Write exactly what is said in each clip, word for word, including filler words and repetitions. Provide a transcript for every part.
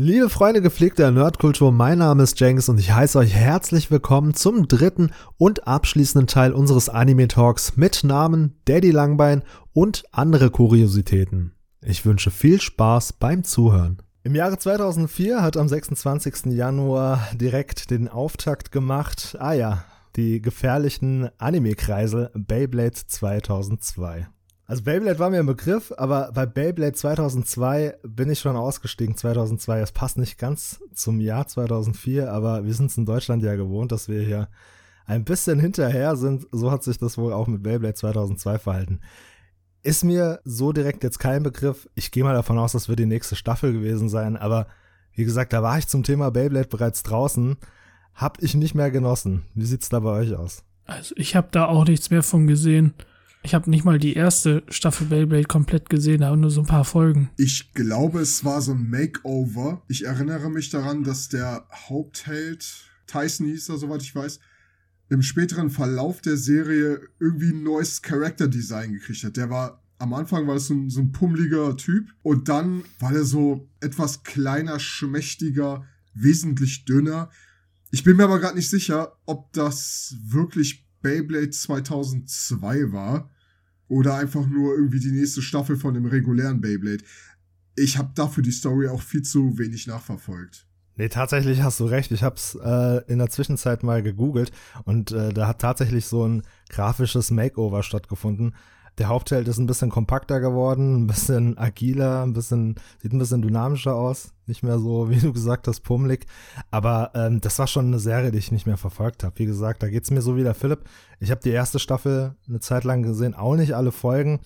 Liebe Freunde gepflegter Nerdkultur, mein Name ist Cengiz und ich heiße euch herzlich willkommen zum dritten und abschließenden Teil unseres Anime-Talks mit Namen Daddy Langbein und andere Kuriositäten. Ich wünsche viel Spaß beim Zuhören. Im Jahre zweitausendvier hat am sechsundzwanzigsten Januar direkt den Auftakt gemacht, ah ja, die gefährlichen Anime-Kreisel Beyblade zweitausendzwei. Also Beyblade war mir ein Begriff, aber bei Beyblade zweitausendzwei bin ich schon ausgestiegen. zweitausendzwei, das passt nicht ganz zum Jahr zweitausendvier, aber wir sind es in Deutschland ja gewohnt, dass wir hier ein bisschen hinterher sind. So hat sich das wohl auch mit Beyblade zweitausendzwei verhalten. Ist mir so direkt jetzt kein Begriff. Ich gehe mal davon aus, das wird die nächste Staffel gewesen sein, aber wie gesagt, da war ich zum Thema Beyblade bereits draußen. Hab ich nicht mehr genossen. Wie sieht's da bei euch aus? Also ich habe da auch nichts mehr von gesehen. Ich habe nicht mal die erste Staffel Beyblade komplett gesehen, aber nur so ein paar Folgen. Ich glaube, es war so ein Makeover. Ich erinnere mich daran, dass der Hauptheld, Tyson hieß er, soweit ich weiß, im späteren Verlauf der Serie irgendwie ein neues Charakterdesign gekriegt hat. Der war, am Anfang war es so ein, so ein pummeliger Typ und dann war der so etwas kleiner, schmächtiger, wesentlich dünner. Ich bin mir aber gerade nicht sicher, ob das wirklich Beyblade zweitausendzwei war oder einfach nur irgendwie die nächste Staffel von dem regulären Beyblade. Ich habe dafür die Story auch viel zu wenig nachverfolgt. Nee, tatsächlich hast du recht. Ich hab's äh, in der Zwischenzeit mal gegoogelt und äh, da hat tatsächlich so ein grafisches Makeover stattgefunden. Der Hauptheld ist ein bisschen kompakter geworden, ein bisschen agiler, ein bisschen, sieht ein bisschen dynamischer aus. Nicht mehr so, wie du gesagt hast, pummelig. Aber ähm, das war schon eine Serie, die ich nicht mehr verfolgt habe. Wie gesagt, da geht's mir so wie der Philipp. Ich habe die erste Staffel eine Zeit lang gesehen, auch nicht alle Folgen.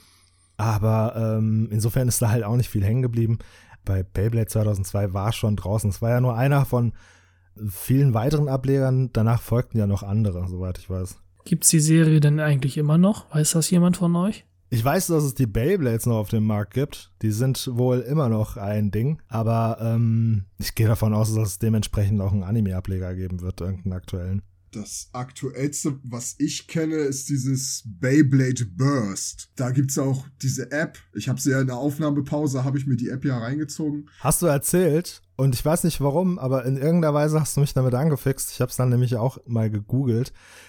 Aber ähm, insofern ist da halt auch nicht viel hängen geblieben. Bei Beyblade zweitausendzwei war schon draußen. Es war ja nur einer von vielen weiteren Ablegern. Danach folgten ja noch andere, soweit ich weiß. Gibt's die Serie denn eigentlich immer noch? Weiß das jemand von euch? Ich weiß, dass es die Beyblades noch auf dem Markt gibt. Die sind wohl immer noch ein Ding. Aber ähm, ich gehe davon aus, dass es dementsprechend auch einen Anime-Ableger geben wird, irgendeinen aktuellen. Das aktuellste, was ich kenne, ist dieses Beyblade Burst. Da gibt's auch diese App. Ich habe sie ja in der Aufnahmepause, habe ich mir die App ja reingezogen. Hast du erzählt? Und ich weiß nicht warum, aber in irgendeiner Weise hast du mich damit angefixt. Ich habe es dann nämlich auch mal gegoogelt.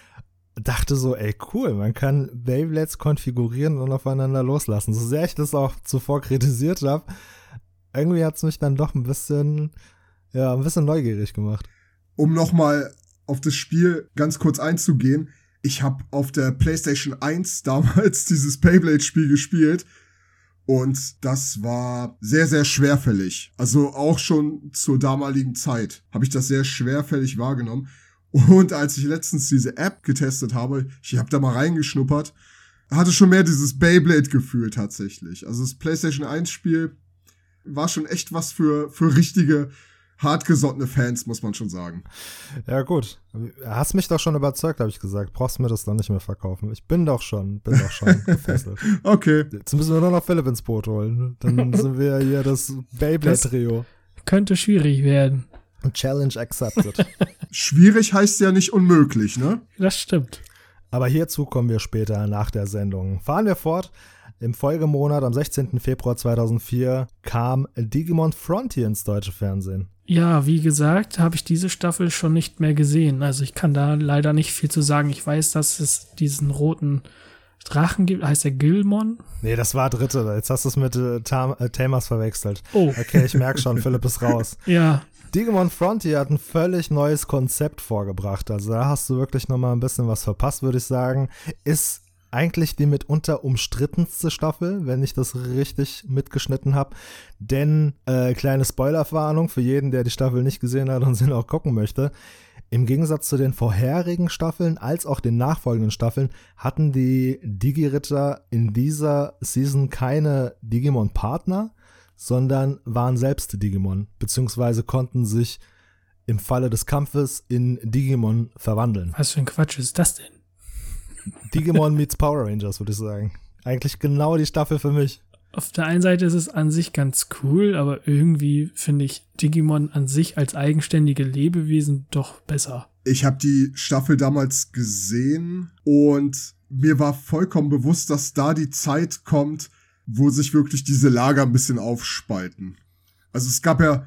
Dachte so, ey, cool, man kann Beyblades konfigurieren und aufeinander loslassen. So sehr ich das auch zuvor kritisiert habe, irgendwie hat es mich dann doch ein bisschen, ja, ein bisschen neugierig gemacht. Um nochmal auf das Spiel ganz kurz einzugehen, ich habe auf der PlayStation eins damals dieses Beyblade-Spiel gespielt und das war sehr, sehr schwerfällig. Also auch schon zur damaligen Zeit habe ich das sehr schwerfällig wahrgenommen. Und als ich letztens diese App getestet habe, ich habe da mal reingeschnuppert, hatte schon mehr dieses Beyblade-Gefühl tatsächlich. Also das PlayStation eins Spiel war schon echt was für, für richtige, hartgesottene Fans, muss man schon sagen. Ja gut, hast mich doch schon überzeugt, habe ich gesagt. Brauchst mir das dann nicht mehr verkaufen. Ich bin doch schon, bin doch schon gefesselt. Okay. Jetzt müssen wir nur noch Philipp ins Boot holen. Dann sind wir hier das Beyblade-Trio. Könnte schwierig werden. Challenge accepted. Schwierig heißt ja nicht unmöglich, ne? Das stimmt. Aber hierzu kommen wir später nach der Sendung. Fahren wir fort. Im Folgemonat, am sechzehnten Februar zweitausendvier, kam Digimon Frontier ins deutsche Fernsehen. Ja, wie gesagt, habe ich diese Staffel schon nicht mehr gesehen. Also ich kann da leider nicht viel zu sagen. Ich weiß, dass es diesen roten Drachen gibt. Heißt der Gilmon? Nee, das war dritte. Jetzt hast du es mit äh, Tam- äh, Tamers verwechselt. Oh. Okay, ich merke schon, Philipp ist raus. Ja. Digimon Frontier hat ein völlig neues Konzept vorgebracht. Also da hast du wirklich nochmal ein bisschen was verpasst, würde ich sagen. Ist eigentlich die mitunter umstrittenste Staffel, wenn ich das richtig mitgeschnitten habe. Denn, äh, kleine Spoilerwarnung für jeden, der die Staffel nicht gesehen hat und sie noch gucken möchte. Im Gegensatz zu den vorherigen Staffeln als auch den nachfolgenden Staffeln hatten die Digi-Ritter in dieser Season keine Digimon-Partner, sondern waren selbst Digimon, beziehungsweise konnten sich im Falle des Kampfes in Digimon verwandeln. Was für ein Quatsch ist das denn? Digimon meets Power Rangers, würde ich sagen. Eigentlich genau die Staffel für mich. Auf der einen Seite ist es an sich ganz cool, aber irgendwie finde ich Digimon an sich als eigenständige Lebewesen doch besser. Ich habe die Staffel damals gesehen und mir war vollkommen bewusst, dass da die Zeit kommt, wo sich wirklich diese Lager ein bisschen aufspalten. Also es gab ja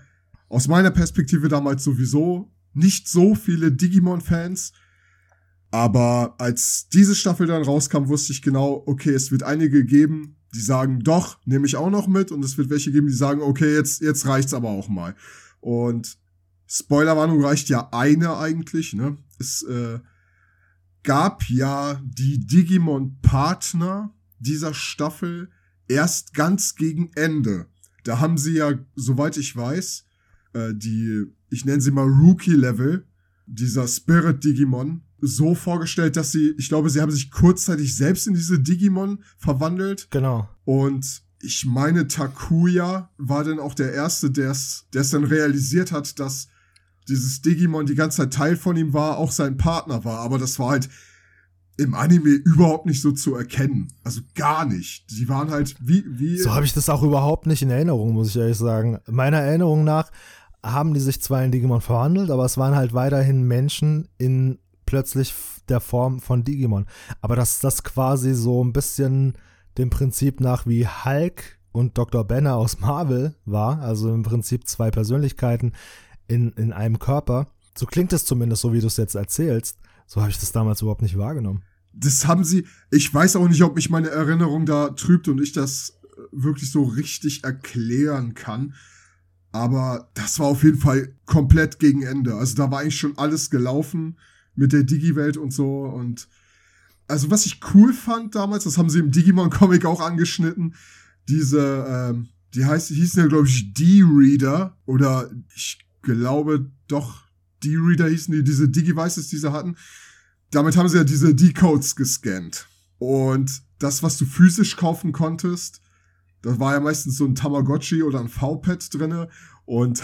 aus meiner Perspektive damals sowieso nicht so viele Digimon-Fans. Aber als diese Staffel dann rauskam, wusste ich genau, okay, es wird einige geben, die sagen, doch, nehme ich auch noch mit. Und es wird welche geben, die sagen, okay, jetzt, jetzt reicht's aber auch mal. Und Spoilerwarnung, reicht ja eine eigentlich, ne? Es äh, gab ja die Digimon-Partner dieser Staffel erst ganz gegen Ende. Da haben sie ja, soweit ich weiß, äh, die, ich nenne sie mal Rookie-Level, dieser Spirit-Digimon, so vorgestellt, dass sie, ich glaube, sie haben sich kurzzeitig selbst in diese Digimon verwandelt. Genau. Und ich meine, Takuya war dann auch der Erste, der es dann realisiert hat, dass dieses Digimon die ganze Zeit Teil von ihm war, auch sein Partner war. Aber das war halt im Anime überhaupt nicht so zu erkennen. Also gar nicht. Die waren halt wie... wie so habe ich das auch überhaupt nicht in Erinnerung, muss ich ehrlich sagen. Meiner Erinnerung nach haben die sich zwar in Digimon verwandelt, aber es waren halt weiterhin Menschen in plötzlich der Form von Digimon. Aber dass das quasi so ein bisschen dem Prinzip nach wie Hulk und Doktor Banner aus Marvel war, also im Prinzip zwei Persönlichkeiten in, in einem Körper. So klingt es zumindest, so wie du es jetzt erzählst. So habe ich das damals überhaupt nicht wahrgenommen. Das haben sie, ich weiß auch nicht, ob mich meine Erinnerung da trübt und ich das wirklich so richtig erklären kann. Aber das war auf jeden Fall komplett gegen Ende. Also da war eigentlich schon alles gelaufen mit der Digi-Welt und so. Und also was ich cool fand damals, das haben sie im Digimon-Comic auch angeschnitten, diese, ähm, die heißt, hießen ja, glaube ich, D-Reader. Oder ich glaube doch, D-Reader hießen die, diese Digivices, die sie hatten. Damit haben sie ja diese D-Codes gescannt. Und das, was du physisch kaufen konntest, da war ja meistens so ein Tamagotchi oder ein V-Pad drinne. Und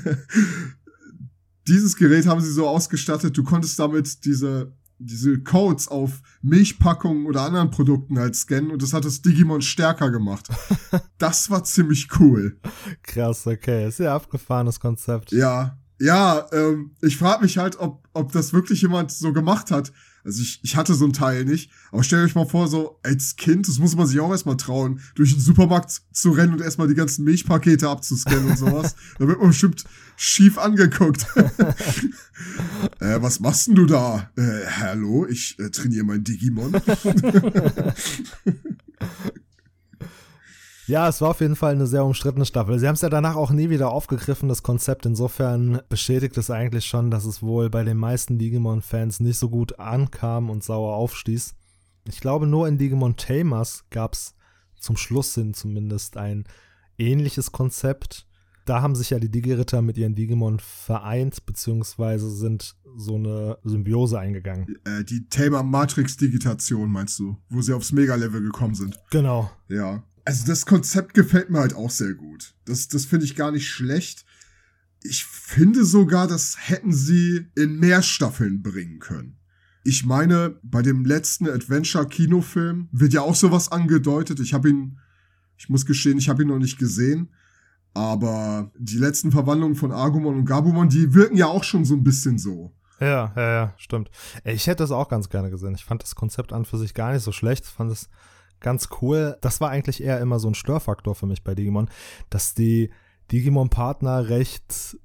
dieses Gerät haben sie so ausgestattet, du konntest damit diese, diese Codes auf Milchpackungen oder anderen Produkten halt scannen und das hat das Digimon stärker gemacht. Das war ziemlich cool. Krass, okay. Ist ja abgefahrenes Konzept. Ja, ja, ähm, ich frage mich halt, ob, ob das wirklich jemand so gemacht hat. Also ich, ich hatte so ein Teil nicht. Aber stellt euch mal vor, so als Kind, das muss man sich auch erstmal trauen, durch den Supermarkt zu rennen und erstmal die ganzen Milchpakete abzuscannen und sowas. Da wird man bestimmt schief angeguckt. äh, was machst denn du da? Äh, hallo, ich äh, trainiere mein Digimon. Ja, es war auf jeden Fall eine sehr umstrittene Staffel. Sie haben es ja danach auch nie wieder aufgegriffen, das Konzept. Insofern bestätigt es eigentlich schon, dass es wohl bei den meisten Digimon-Fans nicht so gut ankam und sauer aufstieß. Ich glaube, nur in Digimon Tamers gab es zum Schluss hin zumindest ein ähnliches Konzept. Da haben sich ja die Digi-Ritter mit ihren Digimon vereint, beziehungsweise sind so eine Symbiose eingegangen. Äh, die Tamer-Matrix-Digitation meinst du, wo sie aufs Mega-Level gekommen sind. Genau. Ja. Also das Konzept gefällt mir halt auch sehr gut. Das, das finde ich gar nicht schlecht. Ich finde sogar, das hätten sie in mehr Staffeln bringen können. Ich meine, bei dem letzten Adventure-Kinofilm wird ja auch sowas angedeutet. Ich habe ihn, ich muss gestehen, ich habe ihn noch nicht gesehen. Aber die letzten Verwandlungen von Agumon und Gabumon, die wirken ja auch schon so ein bisschen so. Ja, ja, ja, stimmt. Ich hätte das auch ganz gerne gesehen. Ich fand das Konzept an für sich gar nicht so schlecht. Ich fand es ganz cool. Das war eigentlich eher immer so ein Störfaktor für mich bei Digimon, dass die Digimon-Partner recht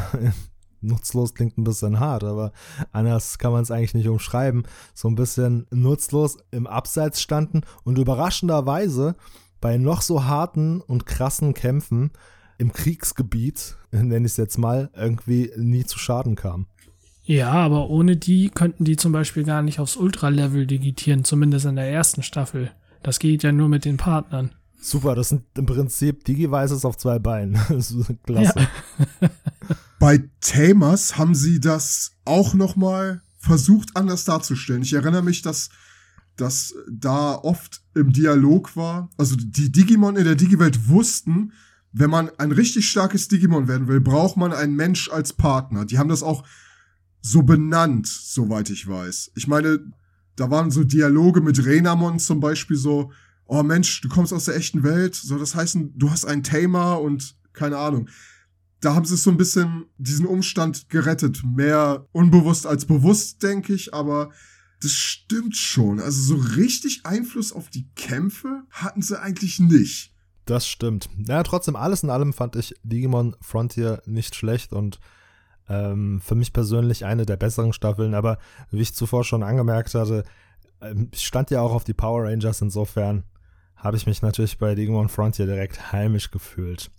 nutzlos klingt ein bisschen hart, aber anders kann man es eigentlich nicht umschreiben, so ein bisschen nutzlos im Abseits standen und überraschenderweise bei noch so harten und krassen Kämpfen im Kriegsgebiet, nenne ich es jetzt mal, irgendwie nie zu Schaden kamen. Ja, aber ohne die könnten die zum Beispiel gar nicht aufs Ultra-Level digitieren, zumindest in der ersten Staffel. Das geht ja nur mit den Partnern. Super, das sind im Prinzip Digivices auf zwei Beinen. Das ist klasse. Ja. Bei Tamers haben sie das auch nochmal versucht, anders darzustellen. Ich erinnere mich, dass das da oft im Dialog war. Also die Digimon in der Digi-Welt wussten, wenn man ein richtig starkes Digimon werden will, braucht man einen Mensch als Partner. Die haben das auch so benannt, soweit ich weiß. Ich meine, da waren so Dialoge mit Renamon zum Beispiel so, oh Mensch, du kommst aus der echten Welt, so das heißt, du hast einen Tamer und keine Ahnung. Da haben sie so ein bisschen diesen Umstand gerettet. Mehr unbewusst als bewusst, denke ich, aber das stimmt schon. Also so richtig Einfluss auf die Kämpfe hatten sie eigentlich nicht. Das stimmt. Ja, trotzdem, alles in allem fand ich Digimon Frontier nicht schlecht und ähm, für mich persönlich eine der besseren Staffeln, aber wie ich zuvor schon angemerkt hatte, ähm, ich stand ja auch auf die Power Rangers, insofern habe ich mich natürlich bei Digimon Frontier direkt heimisch gefühlt.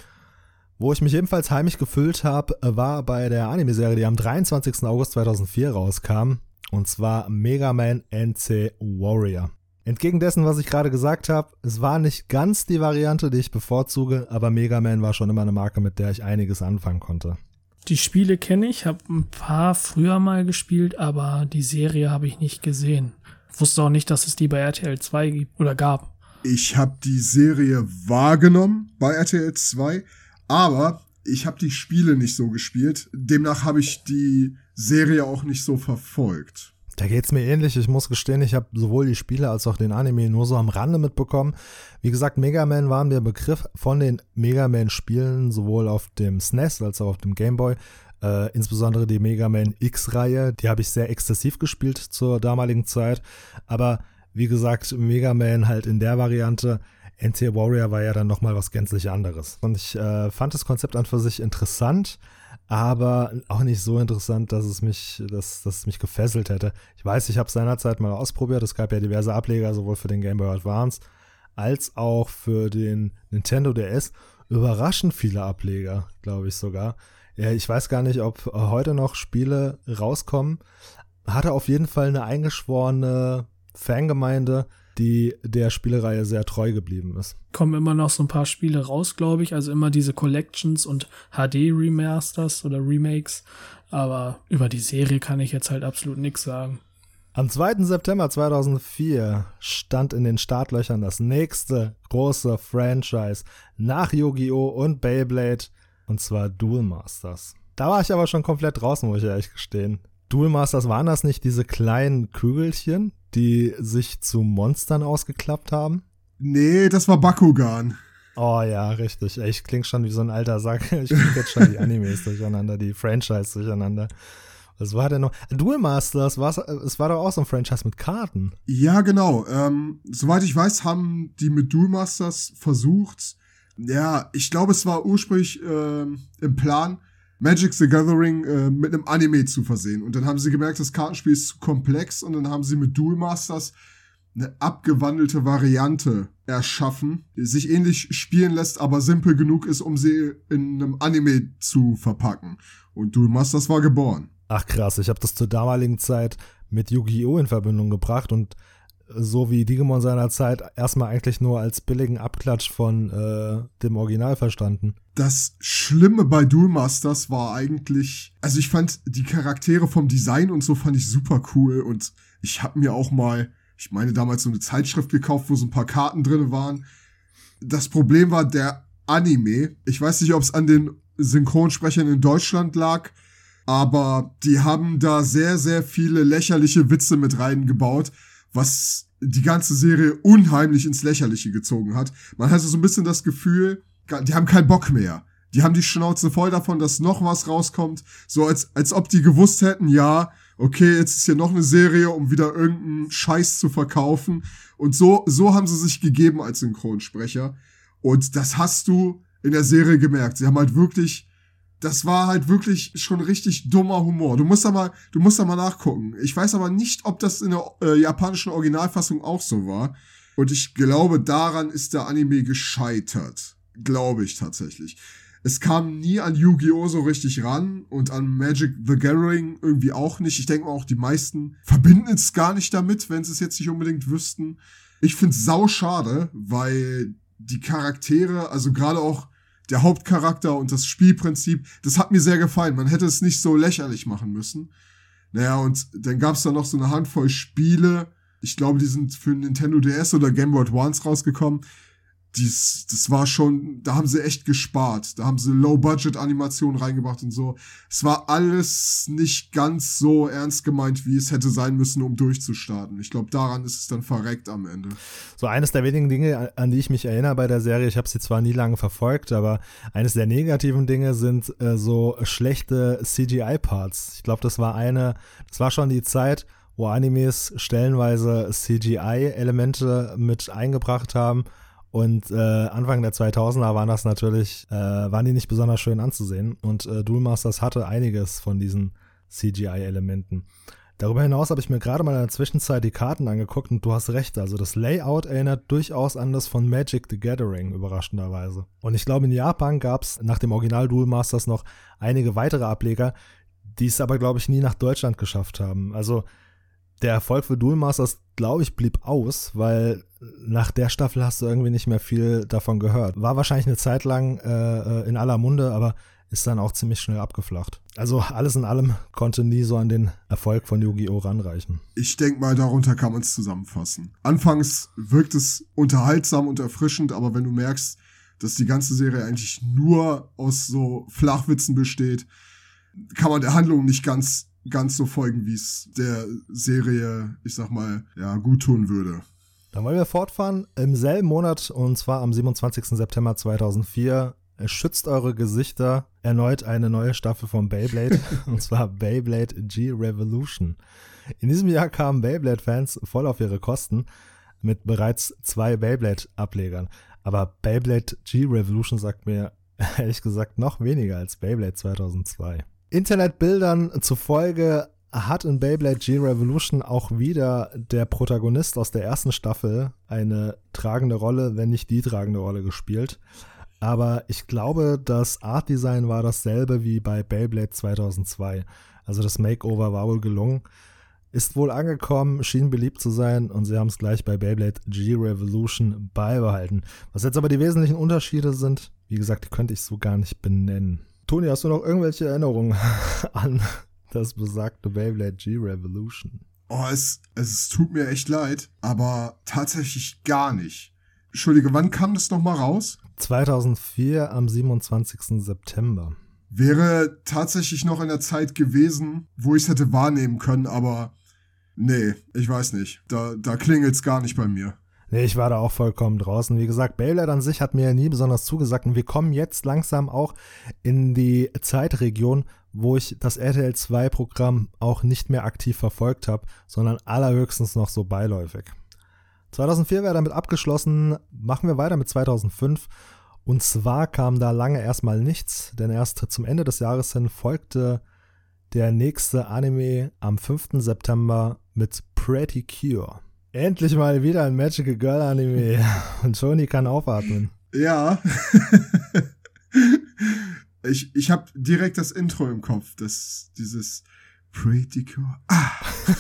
Wo ich mich ebenfalls heimisch gefühlt habe, war bei der Anime-Serie, die am dreiundzwanzigsten August zweitausendvier rauskam, und zwar Mega Man N C Warrior. Entgegen dessen, was ich gerade gesagt habe, es war nicht ganz die Variante, die ich bevorzuge, aber Mega Man war schon immer eine Marke, mit der ich einiges anfangen konnte. Die Spiele kenne ich, habe ein paar früher mal gespielt, aber die Serie habe ich nicht gesehen. Ich wusste auch nicht, dass es die bei R T L zwei gibt oder gab. Ich habe die Serie wahrgenommen bei R T L zwei, aber ich habe die Spiele nicht so gespielt. Demnach habe ich die Serie auch nicht so verfolgt. Da geht's mir ähnlich. Ich muss gestehen, ich habe sowohl die Spiele als auch den Anime nur so am Rande mitbekommen. Wie gesagt, Mega Man war mir Begriff von den Mega Man-Spielen, sowohl auf dem S N E S als auch auf dem Game Boy. Äh, insbesondere die Mega Man X-Reihe, die habe ich sehr exzessiv gespielt zur damaligen Zeit. Aber wie gesagt, Mega Man halt in der Variante. N C Warrior war ja dann nochmal was gänzlich anderes. Und ich äh, fand das Konzept an für sich interessant, aber auch nicht so interessant, dass es mich, dass, dass es mich gefesselt hätte. Ich weiß, ich habe es seinerzeit mal ausprobiert. Es gab ja diverse Ableger, sowohl für den Game Boy Advance als auch für den Nintendo D S. Überraschend viele Ableger, glaube ich sogar. Ja, ich weiß gar nicht, ob heute noch Spiele rauskommen. Hatte auf jeden Fall eine eingeschworene Fangemeinde, die der Spielereihe sehr treu geblieben ist. Kommen immer noch so ein paar Spiele raus, glaube ich. Also immer diese Collections und H D-Remasters oder Remakes. Aber über die Serie kann ich jetzt halt absolut nichts sagen. Am zweiten September zweitausendvier stand in den Startlöchern das nächste große Franchise nach Yu-Gi-Oh! Und Beyblade, und zwar Duel Masters. Da war ich aber schon komplett draußen, muss ich ehrlich gestehen. Duel Masters, waren das nicht diese kleinen Kügelchen, die sich zu Monstern ausgeklappt haben? Nee, das war Bakugan. Oh ja, richtig. Ich klinge schon wie so ein alter Sack. Ich kriege jetzt schon die Animes durcheinander, die Franchise durcheinander. Was war denn noch? Duel Masters, es war doch auch so ein Franchise mit Karten. Ja, genau. Ähm, soweit ich weiß, haben die mit Duel Masters versucht, ja, ich glaube, es war ursprünglich äh, im Plan, Magic the Gathering äh, mit einem Anime zu versehen. Und dann haben sie gemerkt, das Kartenspiel ist zu komplex, und dann haben sie mit Duel Masters eine abgewandelte Variante erschaffen, die sich ähnlich spielen lässt, aber simpel genug ist, um sie in einem Anime zu verpacken. Und Duel Masters war geboren. Ach krass, ich habe das zur damaligen Zeit mit Yu-Gi-Oh! In Verbindung gebracht und so wie Digimon seiner Zeit erstmal eigentlich nur als billigen Abklatsch von äh, dem Original verstanden. Das Schlimme bei Duel Masters war eigentlich, also ich fand die Charaktere vom Design und so fand ich super cool, und ich habe mir auch mal, ich meine damals so eine Zeitschrift gekauft, wo so ein paar Karten drin waren. Das Problem war der Anime. Ich weiß nicht, ob es an den Synchronsprechern in Deutschland lag, aber die haben da sehr, sehr viele lächerliche Witze mit reingebaut, was die ganze Serie unheimlich ins Lächerliche gezogen hat. Man hatte so ein bisschen das Gefühl, die haben keinen Bock mehr. Die haben die Schnauze voll davon, dass noch was rauskommt. So als, als ob die gewusst hätten, ja, okay, jetzt ist hier noch eine Serie, um wieder irgendeinen Scheiß zu verkaufen. Und so, so haben sie sich gegeben als Synchronsprecher. Und das hast du in der Serie gemerkt. Sie haben halt wirklich, das war halt wirklich schon richtig dummer Humor. Du musst da mal, du musst da mal nachgucken. Ich weiß aber nicht, ob das in der äh, japanischen Originalfassung auch so war. Und ich glaube, daran ist der Anime gescheitert. Glaube ich tatsächlich. Es kam nie an Yu-Gi-Oh! So richtig ran und an Magic the Gathering irgendwie auch nicht. Ich denke mal auch, die meisten verbinden es gar nicht damit, wenn sie es jetzt nicht unbedingt wüssten. Ich finde es sau schade, weil die Charaktere, also gerade auch der Hauptcharakter und das Spielprinzip, das hat mir sehr gefallen. Man hätte es nicht so lächerlich machen müssen. Naja, und dann gab es da noch so eine Handvoll Spiele. Ich glaube, die sind für Nintendo D S oder Game Boy Advance rausgekommen. Dies, das war schon, da haben sie echt gespart. Da haben sie Low-Budget-Animationen reingebracht und so. Es war alles nicht ganz so ernst gemeint, wie es hätte sein müssen, um durchzustarten. Ich glaube, daran ist es dann verreckt am Ende. So eines der wenigen Dinge, an die ich mich erinnere bei der Serie, ich habe sie zwar nie lange verfolgt, aber eines der negativen Dinge sind äh, so schlechte C G I-Parts. Ich glaube, das war eine, das war schon die Zeit, wo Animes stellenweise C G I-Elemente mit eingebracht haben. Und äh, Anfang der zweitausender waren das natürlich, äh, waren die nicht besonders schön anzusehen. Und äh, Duel Masters hatte einiges von diesen C G I-Elementen. Darüber hinaus habe ich mir gerade mal in der Zwischenzeit die Karten angeguckt und du hast recht, also das Layout erinnert durchaus an das von Magic the Gathering, überraschenderweise. Und ich glaube, in Japan gab es nach dem Original Duel Masters noch einige weitere Ableger, die es aber, glaube ich, nie nach Deutschland geschafft haben. Also der Erfolg für Duel Masters, glaube ich, blieb aus, weil nach der Staffel hast du irgendwie nicht mehr viel davon gehört. War wahrscheinlich eine Zeit lang äh, in aller Munde, aber ist dann auch ziemlich schnell abgeflacht. Also alles in allem konnte nie so an den Erfolg von Yu-Gi-Oh! Ranreichen. Ich denke mal, darunter kann man es zusammenfassen. Anfangs wirkt es unterhaltsam und erfrischend, aber wenn du merkst, dass die ganze Serie eigentlich nur aus so Flachwitzen besteht, kann man der Handlung nicht ganz, ganz so folgen, wie es der Serie, ich sag mal, ja, gut tun würde. Dann wollen wir fortfahren. Im selben Monat, und zwar am siebenundzwanzigsten September zweitausendvier, schützt eure Gesichter erneut eine neue Staffel von Beyblade, und zwar Beyblade G-Revolution. In diesem Jahr kamen Beyblade-Fans voll auf ihre Kosten mit bereits zwei Beyblade-Ablegern. Aber Beyblade G-Revolution sagt mir ehrlich gesagt noch weniger als Beyblade zweitausendzwei. Internetbildern zufolge hat in Beyblade G-Revolution auch wieder der Protagonist aus der ersten Staffel eine tragende Rolle, wenn nicht die tragende Rolle gespielt. Aber ich glaube, das Artdesign war dasselbe wie bei Beyblade zweitausendzwei. Also das Makeover war wohl gelungen, ist wohl angekommen, schien beliebt zu sein und sie haben es gleich bei Beyblade G-Revolution beibehalten. Was jetzt aber die wesentlichen Unterschiede sind, wie gesagt, die könnte ich so gar nicht benennen. Toni, hast du noch irgendwelche Erinnerungen an das besagte Beyblade G-Revolution? Oh, es, es tut mir echt leid, aber tatsächlich gar nicht. Entschuldige, wann kam das nochmal raus? zweitausendvier am siebenundzwanzigsten September. Wäre tatsächlich noch in der Zeit gewesen, wo ich es hätte wahrnehmen können, aber nee, ich weiß nicht. Da, da klingelt's gar nicht bei mir. Nee, ich war da auch vollkommen draußen. Wie gesagt, Beyblade an sich hat mir ja nie besonders zugesagt und wir kommen jetzt langsam auch in die Zeitregion, wo ich das R T L zwei Programm auch nicht mehr aktiv verfolgt habe, sondern allerhöchstens noch so beiläufig. zweitausendvier wäre damit abgeschlossen, machen wir weiter mit zweitausendfünf. Und zwar kam da lange erstmal nichts, denn erst zum Ende des Jahres hin folgte der nächste Anime am fünften September mit Pretty Cure. Endlich mal wieder ein Magical Girl Anime und Toni kann aufatmen. Ja, ich, ich habe direkt das Intro im Kopf, das, dieses Pretty Cure. Ah.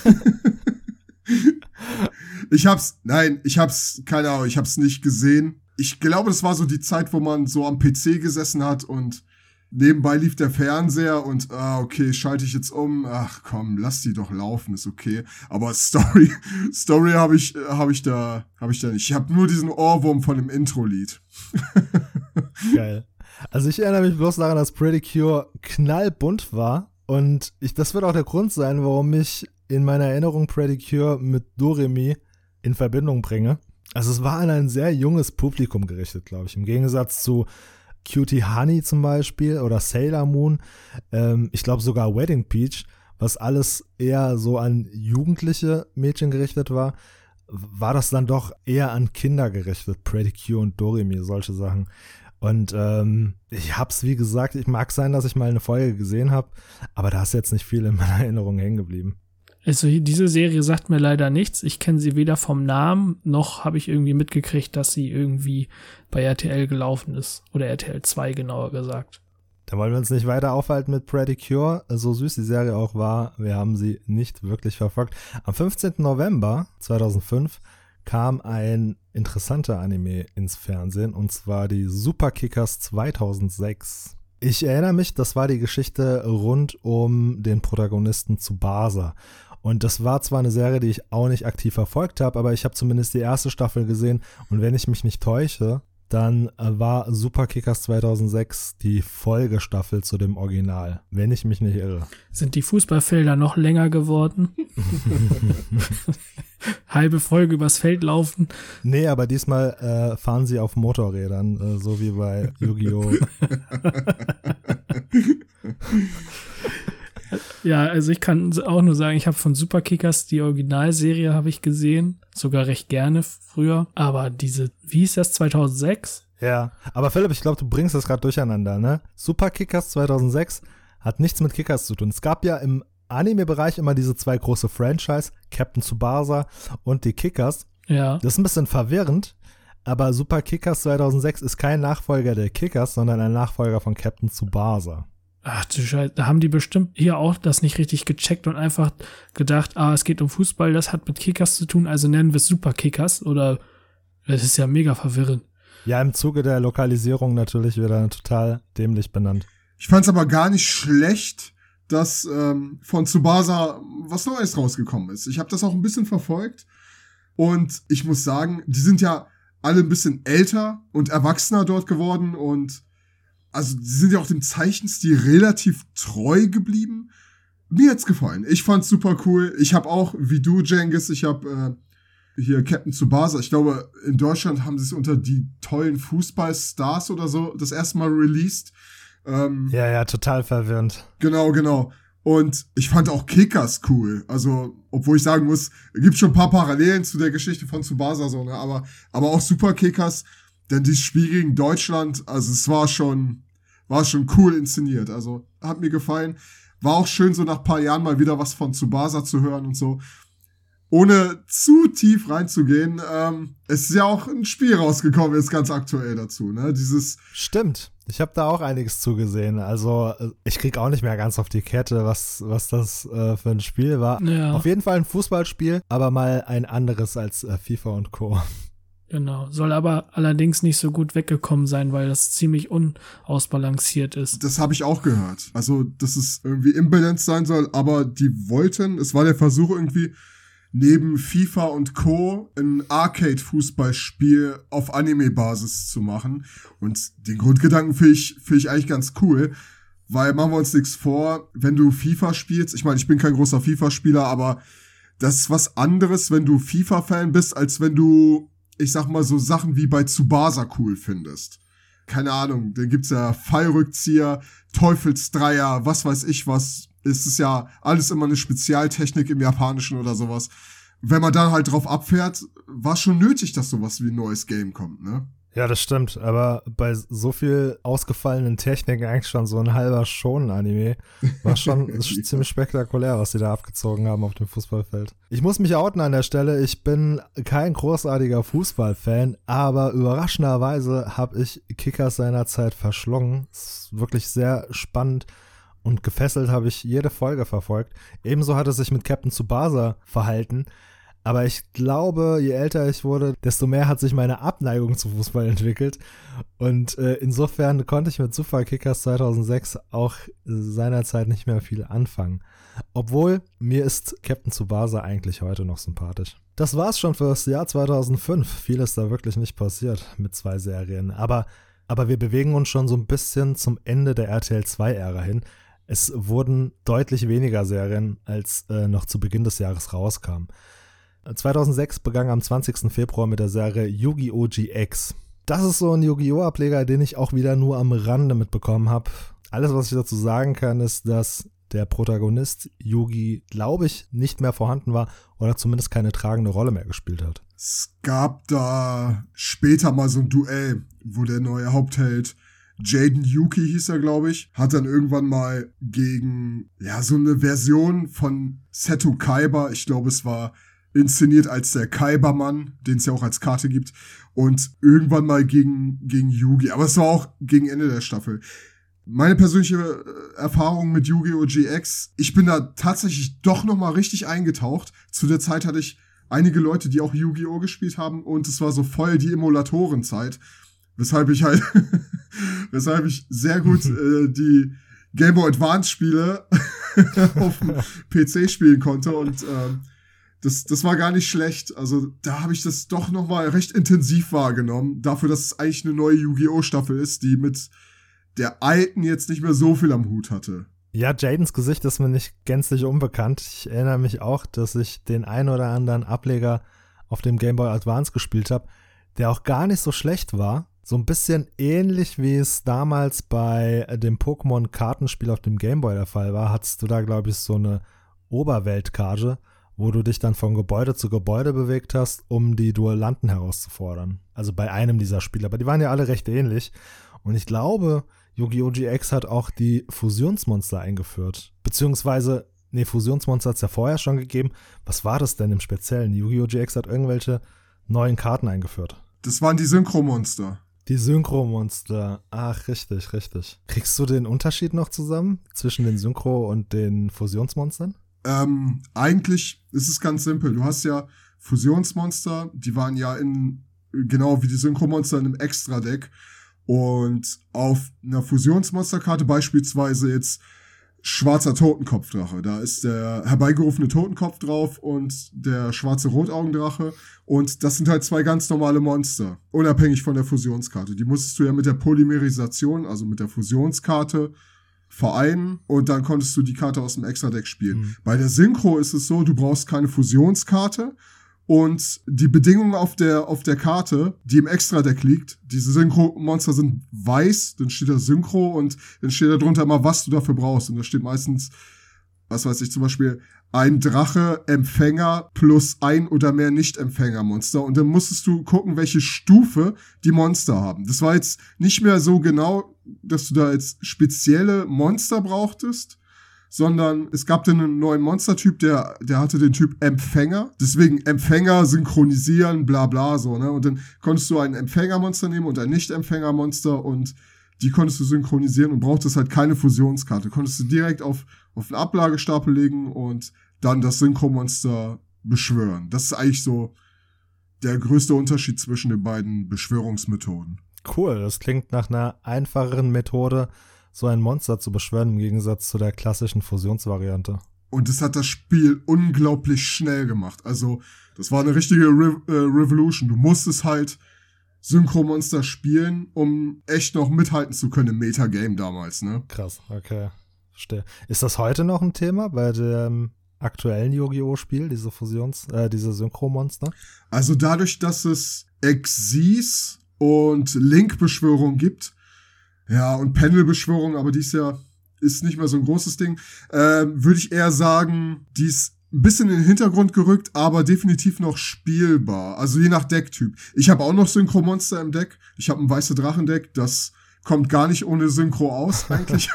Ich hab's, nein, ich hab's, keine Ahnung, ich hab's nicht gesehen. Ich glaube, das war so die Zeit, wo man so am P C gesessen hat und nebenbei lief der Fernseher und, ah, okay, schalte ich jetzt um. Ach komm, lass die doch laufen, ist okay. Aber Story, Story habe ich, habe ich da, habe ich da nicht. Ich habe nur diesen Ohrwurm von dem Intro-Lied. Geil. Also ich erinnere mich bloß daran, dass Pretty Cure knallbunt war und ich, das wird auch der Grund sein, warum ich in meiner Erinnerung Pretty Cure mit Doremi in Verbindung bringe. Also es war an ein sehr junges Publikum gerichtet, glaube ich. Im Gegensatz zu Cutie Honey zum Beispiel oder Sailor Moon. Ähm, ich glaube sogar Wedding Peach, was alles eher so an jugendliche Mädchen gerichtet war, war das dann doch eher an Kinder gerichtet. Pretty Cure und Doremi, solche Sachen. Und ähm, ich hab's, wie gesagt, ich mag sein, dass ich mal eine Folge gesehen habe, aber da ist jetzt nicht viel in meiner Erinnerung hängen geblieben. Also diese Serie sagt mir leider nichts. Ich kenne sie weder vom Namen, noch habe ich irgendwie mitgekriegt, dass sie irgendwie bei R T L gelaufen ist. Oder R T L zwei genauer gesagt. Da wollen wir uns nicht weiter aufhalten mit Pretty Cure. So süß die Serie auch war, wir haben sie nicht wirklich verfolgt. Am fünfzehnten November zweitausendfünf kam ein interessanter Anime ins Fernsehen, und zwar die Super Kickers zweitausendsechs. Ich erinnere mich, das war die Geschichte rund um den Protagonisten Tsubasa. Und das war zwar eine Serie, die ich auch nicht aktiv verfolgt habe, aber ich habe zumindest die erste Staffel gesehen. Und wenn ich mich nicht täusche, dann war Super Kickers zweitausendsechs die Folgestaffel zu dem Original, wenn ich mich nicht irre. Sind die Fußballfelder noch länger geworden? Halbe Folge übers Feld laufen? Nee, aber diesmal äh, fahren sie auf Motorrädern, äh, so wie bei Yu-Gi-Oh! Ja, also ich kann auch nur sagen, ich habe von Super Kickers die Originalserie habe ich gesehen. sogar recht gerne früher. Aber diese, wie hieß das, zweitausendsechs? Ja, aber Philipp, ich glaube, du bringst das gerade durcheinander, ne? Super Kickers zweitausendsechs hat nichts mit Kickers zu tun. Es gab ja im Anime-Bereich immer diese zwei große Franchise, Captain Tsubasa und die Kickers. Ja. Das ist ein bisschen verwirrend, aber Super Kickers zweitausendsechs ist kein Nachfolger der Kickers, sondern ein Nachfolger von Captain Tsubasa. Ach du Scheiße, da haben die bestimmt hier auch das nicht richtig gecheckt und einfach gedacht, ah, es geht um Fußball, das hat mit Kickers zu tun, also nennen wir es Super Kickers, oder das ist ja mega verwirrend. Ja, im Zuge der Lokalisierung natürlich wieder total dämlich benannt. Ich fand's aber gar nicht schlecht, dass ähm, von Tsubasa was Neues rausgekommen ist. Ich habe das auch ein bisschen verfolgt und ich muss sagen, die sind ja alle ein bisschen älter und erwachsener dort geworden und also die sind ja auch dem Zeichenstil relativ treu geblieben. Mir hat's gefallen. Ich fand's super cool. Ich habe auch, wie du, Cengiz, ich habe äh, hier Captain Tsubasa. Ich glaube, in Deutschland haben sie es unter die tollen Fußballstars oder so das erste Mal released. Ähm, ja, ja, total verwirrend. Genau, genau. Und ich fand auch Kickers cool. Also, obwohl ich sagen muss, es gibt schon ein paar Parallelen zu der Geschichte von Tsubasa, so, ne? Aber, aber auch Super Kickers, denn dieses Spiel gegen Deutschland, also es war schon, war schon cool inszeniert. Also, hat mir gefallen. War auch schön, so nach ein paar Jahren mal wieder was von Tsubasa zu hören und so. Ohne zu tief reinzugehen, ähm, es ist ja auch ein Spiel rausgekommen, ist ganz aktuell dazu, ne? Dieses. Stimmt. Ich habe da auch einiges zugesehen. Also ich krieg auch nicht mehr ganz auf die Kette, was, was das äh, für ein Spiel war. Ja. Auf jeden Fall ein Fußballspiel, aber mal ein anderes als äh, FIFA und Co. Genau. Soll aber allerdings nicht so gut weggekommen sein, weil das ziemlich unausbalanciert ist. Das habe ich auch gehört. Also, dass es irgendwie imbalanced sein soll, aber die wollten, es war der Versuch irgendwie, neben FIFA und Co. ein Arcade-Fußballspiel auf Anime-Basis zu machen. Und den Grundgedanken finde ich, finde ich eigentlich ganz cool, weil machen wir uns nichts vor, wenn du FIFA spielst, ich meine, ich bin kein großer FIFA-Spieler, aber das ist was anderes, wenn du FIFA-Fan bist, als wenn du, ich sag mal, so Sachen wie bei Tsubasa cool findest. Keine Ahnung, da gibt's ja Fallrückzieher, Teufelsdreier, was weiß ich was. Es ist ja alles immer eine Spezialtechnik im Japanischen oder sowas. Wenn man dann halt drauf abfährt, war schon nötig, dass sowas wie ein neues Game kommt, ne? Ja, das stimmt, aber bei so viel ausgefallenen Techniken eigentlich schon so ein halber Shonen-Anime war schon ja. ziemlich spektakulär, was sie da abgezogen haben auf dem Fußballfeld. Ich muss mich outen an der Stelle, ich bin kein großartiger Fußballfan, aber überraschenderweise habe ich Kickers seinerzeit verschlungen. Es ist wirklich sehr spannend und gefesselt habe ich jede Folge verfolgt. Ebenso hat es sich mit Captain Tsubasa verhalten. Aber ich glaube, je älter ich wurde, desto mehr hat sich meine Abneigung zu Fußball entwickelt. Und äh, insofern konnte ich mit Super Kickers zweitausendsechs auch seinerzeit nicht mehr viel anfangen. Obwohl, mir ist Captain Tsubasa eigentlich heute noch sympathisch. Das war's schon für das Jahr zweitausendfünf. Viel ist da wirklich nicht passiert mit zwei Serien. Aber, aber wir bewegen uns schon so ein bisschen zum Ende der R T L zwei Ära hin. Es wurden deutlich weniger Serien, als äh, noch zu Beginn des Jahres rauskamen. zweitausendsechs begann am zwanzigsten Februar mit der Serie Yu-Gi-Oh! G X. Das ist so ein Yu-Gi-Oh! Ableger, den ich auch wieder nur am Rande mitbekommen habe. Alles, was ich dazu sagen kann, ist, dass der Protagonist Yugi, glaube ich, nicht mehr vorhanden war oder zumindest keine tragende Rolle mehr gespielt hat. Es gab da später mal so ein Duell, wo der neue Hauptheld Jaden Yuki hieß er, glaube ich, hat dann irgendwann mal gegen, ja, so eine Version von Seto Kaiba, ich glaube, es war inszeniert als der Kaiba-Mann, den es ja auch als Karte gibt, und irgendwann mal gegen, gegen Yugi, aber es war auch gegen Ende der Staffel. Meine persönliche Erfahrung mit Yu-Gi-Oh! G X, ich bin da tatsächlich doch noch mal richtig eingetaucht. Zu der Zeit hatte ich einige Leute, die auch Yu-Gi-Oh! Gespielt haben, und es war so voll die Emulatorenzeit, weshalb ich halt, weshalb ich sehr gut äh, die Game Boy Advance Spiele auf dem P C spielen konnte, und ähm, das, das war gar nicht schlecht. Also da habe ich das doch noch mal recht intensiv wahrgenommen, dafür, dass es eigentlich eine neue Yu-Gi-Oh! Staffel ist, die mit der alten jetzt nicht mehr so viel am Hut hatte. Ja, Jadens Gesicht ist mir nicht gänzlich unbekannt. Ich erinnere mich auch, dass ich den ein oder anderen Ableger auf dem Game Boy Advance gespielt habe, der auch gar nicht so schlecht war. So ein bisschen ähnlich, wie es damals bei dem Pokémon-Kartenspiel auf dem Game Boy der Fall war, hattest du da, glaube ich, so eine Oberweltkarte, wo du dich dann von Gebäude zu Gebäude bewegt hast, um die Duellanten herauszufordern. Also bei einem dieser Spiele. Aber die waren ja alle recht ähnlich. Und ich glaube, Yu-Gi-Oh! G X hat auch die Fusionsmonster eingeführt. Beziehungsweise, nee, Fusionsmonster hat es ja vorher schon gegeben. Was war das denn im Speziellen? Yu-Gi-Oh! G X hat irgendwelche neuen Karten eingeführt. Das waren die Synchromonster. Die Synchromonster. Ach, richtig, richtig. Kriegst du den Unterschied noch zusammen zwischen den Synchro- und den Fusionsmonstern? Ähm, eigentlich ist es ganz simpel. Du hast ja Fusionsmonster, die waren ja in, genau wie die Synchromonster in einem Extra-Deck. Und auf einer Fusionsmonsterkarte beispielsweise jetzt schwarzer Totenkopfdrache. Da ist der herbeigerufene Totenkopf drauf und der schwarze Rotaugendrache. Und das sind halt zwei ganz normale Monster, unabhängig von der Fusionskarte. Die musstest du ja mit der Polymerisation, also mit der Fusionskarte, vereinen und dann konntest du die Karte aus dem Extra-Deck spielen. Mhm. Bei der Synchro ist es so, du brauchst keine Fusionskarte und die Bedingungen auf der, auf der Karte, die im Extra-Deck liegt, diese Synchro-Monster sind weiß, dann steht da Synchro und dann steht da drunter immer, was du dafür brauchst. Und da steht meistens, was weiß ich, zum Beispiel ein Drache, Empfänger plus ein oder mehr Nicht-Empfänger-Monster. Und dann musstest du gucken, welche Stufe die Monster haben. Das war jetzt nicht mehr so genau, dass du da jetzt spezielle Monster brauchtest, sondern es gab dann einen neuen Monstertyp, der, der hatte den Typ Empfänger. Deswegen Empfänger synchronisieren, bla bla so, ne? Und dann konntest du ein Empfängermonster nehmen und ein Nicht-Empfängermonster und die konntest du synchronisieren und brauchtest halt keine Fusionskarte. Konntest du direkt auf, auf einen Ablagestapel legen und dann das Synchromonster beschwören. Das ist eigentlich so der größte Unterschied zwischen den beiden Beschwörungsmethoden. Cool, das klingt nach einer einfacheren Methode, so ein Monster zu beschwören, im Gegensatz zu der klassischen Fusionsvariante. Und das hat das Spiel unglaublich schnell gemacht. Also, das war eine richtige Re- äh, Revolution. Du musstest halt Synchromonster spielen, um echt noch mithalten zu können im Metagame damals, ne? Krass, okay. Verstehe. Ist das heute noch ein Thema bei dem aktuellen Yu-Gi-Oh! Spiel, diese Fusions-, äh, diese Synchromonster? Also dadurch, dass es Xyz und Link-Beschwörung gibt, ja, und Panel-Beschwörung, aber die ist ja, ist nicht mehr so ein großes Ding, äh, würde ich eher sagen, die ist ein bisschen in den Hintergrund gerückt, aber definitiv noch spielbar. Also je nach Decktyp. Ich habe auch noch Synchromonster im Deck. Ich habe ein weiße Drachendeck, das kommt gar nicht ohne Synchro aus eigentlich.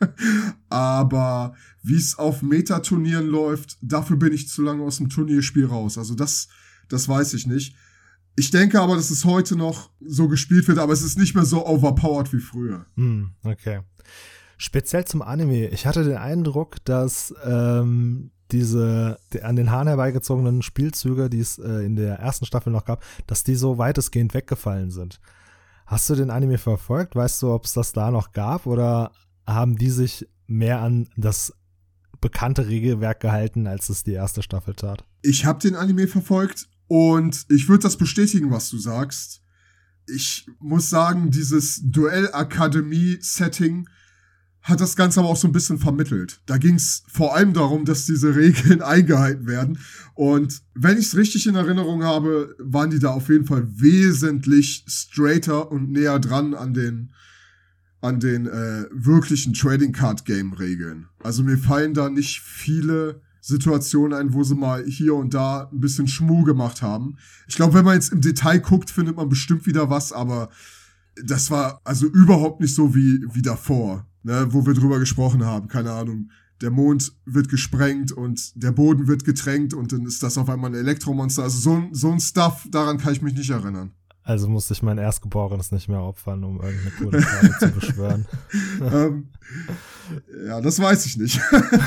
Aber wie es auf Metaturnieren läuft, dafür bin ich zu lange aus dem Turnierspiel raus. Also das, das weiß ich nicht. Ich denke aber, dass es heute noch so gespielt wird, aber es ist nicht mehr so overpowered wie früher. Hm, okay. Speziell zum Anime. Ich hatte den Eindruck, dass ähm, diese die an den Haaren herbeigezogenen Spielzüge, die es äh, in der ersten Staffel noch gab, dass die so weitestgehend weggefallen sind. Hast du den Anime verfolgt? Weißt du, ob es das da noch gab oder haben die sich mehr an das bekannte Regelwerk gehalten, als es die erste Staffel tat? Ich habe den Anime verfolgt und ich würde das bestätigen, was du sagst. Ich muss sagen, dieses Duell-Akademie-Setting hat das Ganze aber auch so ein bisschen vermittelt. Da ging es vor allem darum, dass diese Regeln eingehalten werden. Und wenn ich es richtig in Erinnerung habe, waren die da auf jeden Fall wesentlich straighter und näher dran an den an den äh, wirklichen Trading Card Game Regeln. Also mir fallen da nicht viele Situationen ein, wo sie mal hier und da ein bisschen Schmuh gemacht haben. Ich glaube, wenn man jetzt im Detail guckt, findet man bestimmt wieder was, aber das war also überhaupt nicht so wie wie davor, ne, wo wir drüber gesprochen haben. Keine Ahnung, der Mond wird gesprengt und der Boden wird getränkt und dann ist das auf einmal ein Elektromonster. Also so, so ein Stuff, daran kann ich mich nicht erinnern. Also musste ich mein Erstgeborenes nicht mehr opfern, um irgendeine coole Karte zu beschwören. ähm, ja, das weiß ich nicht.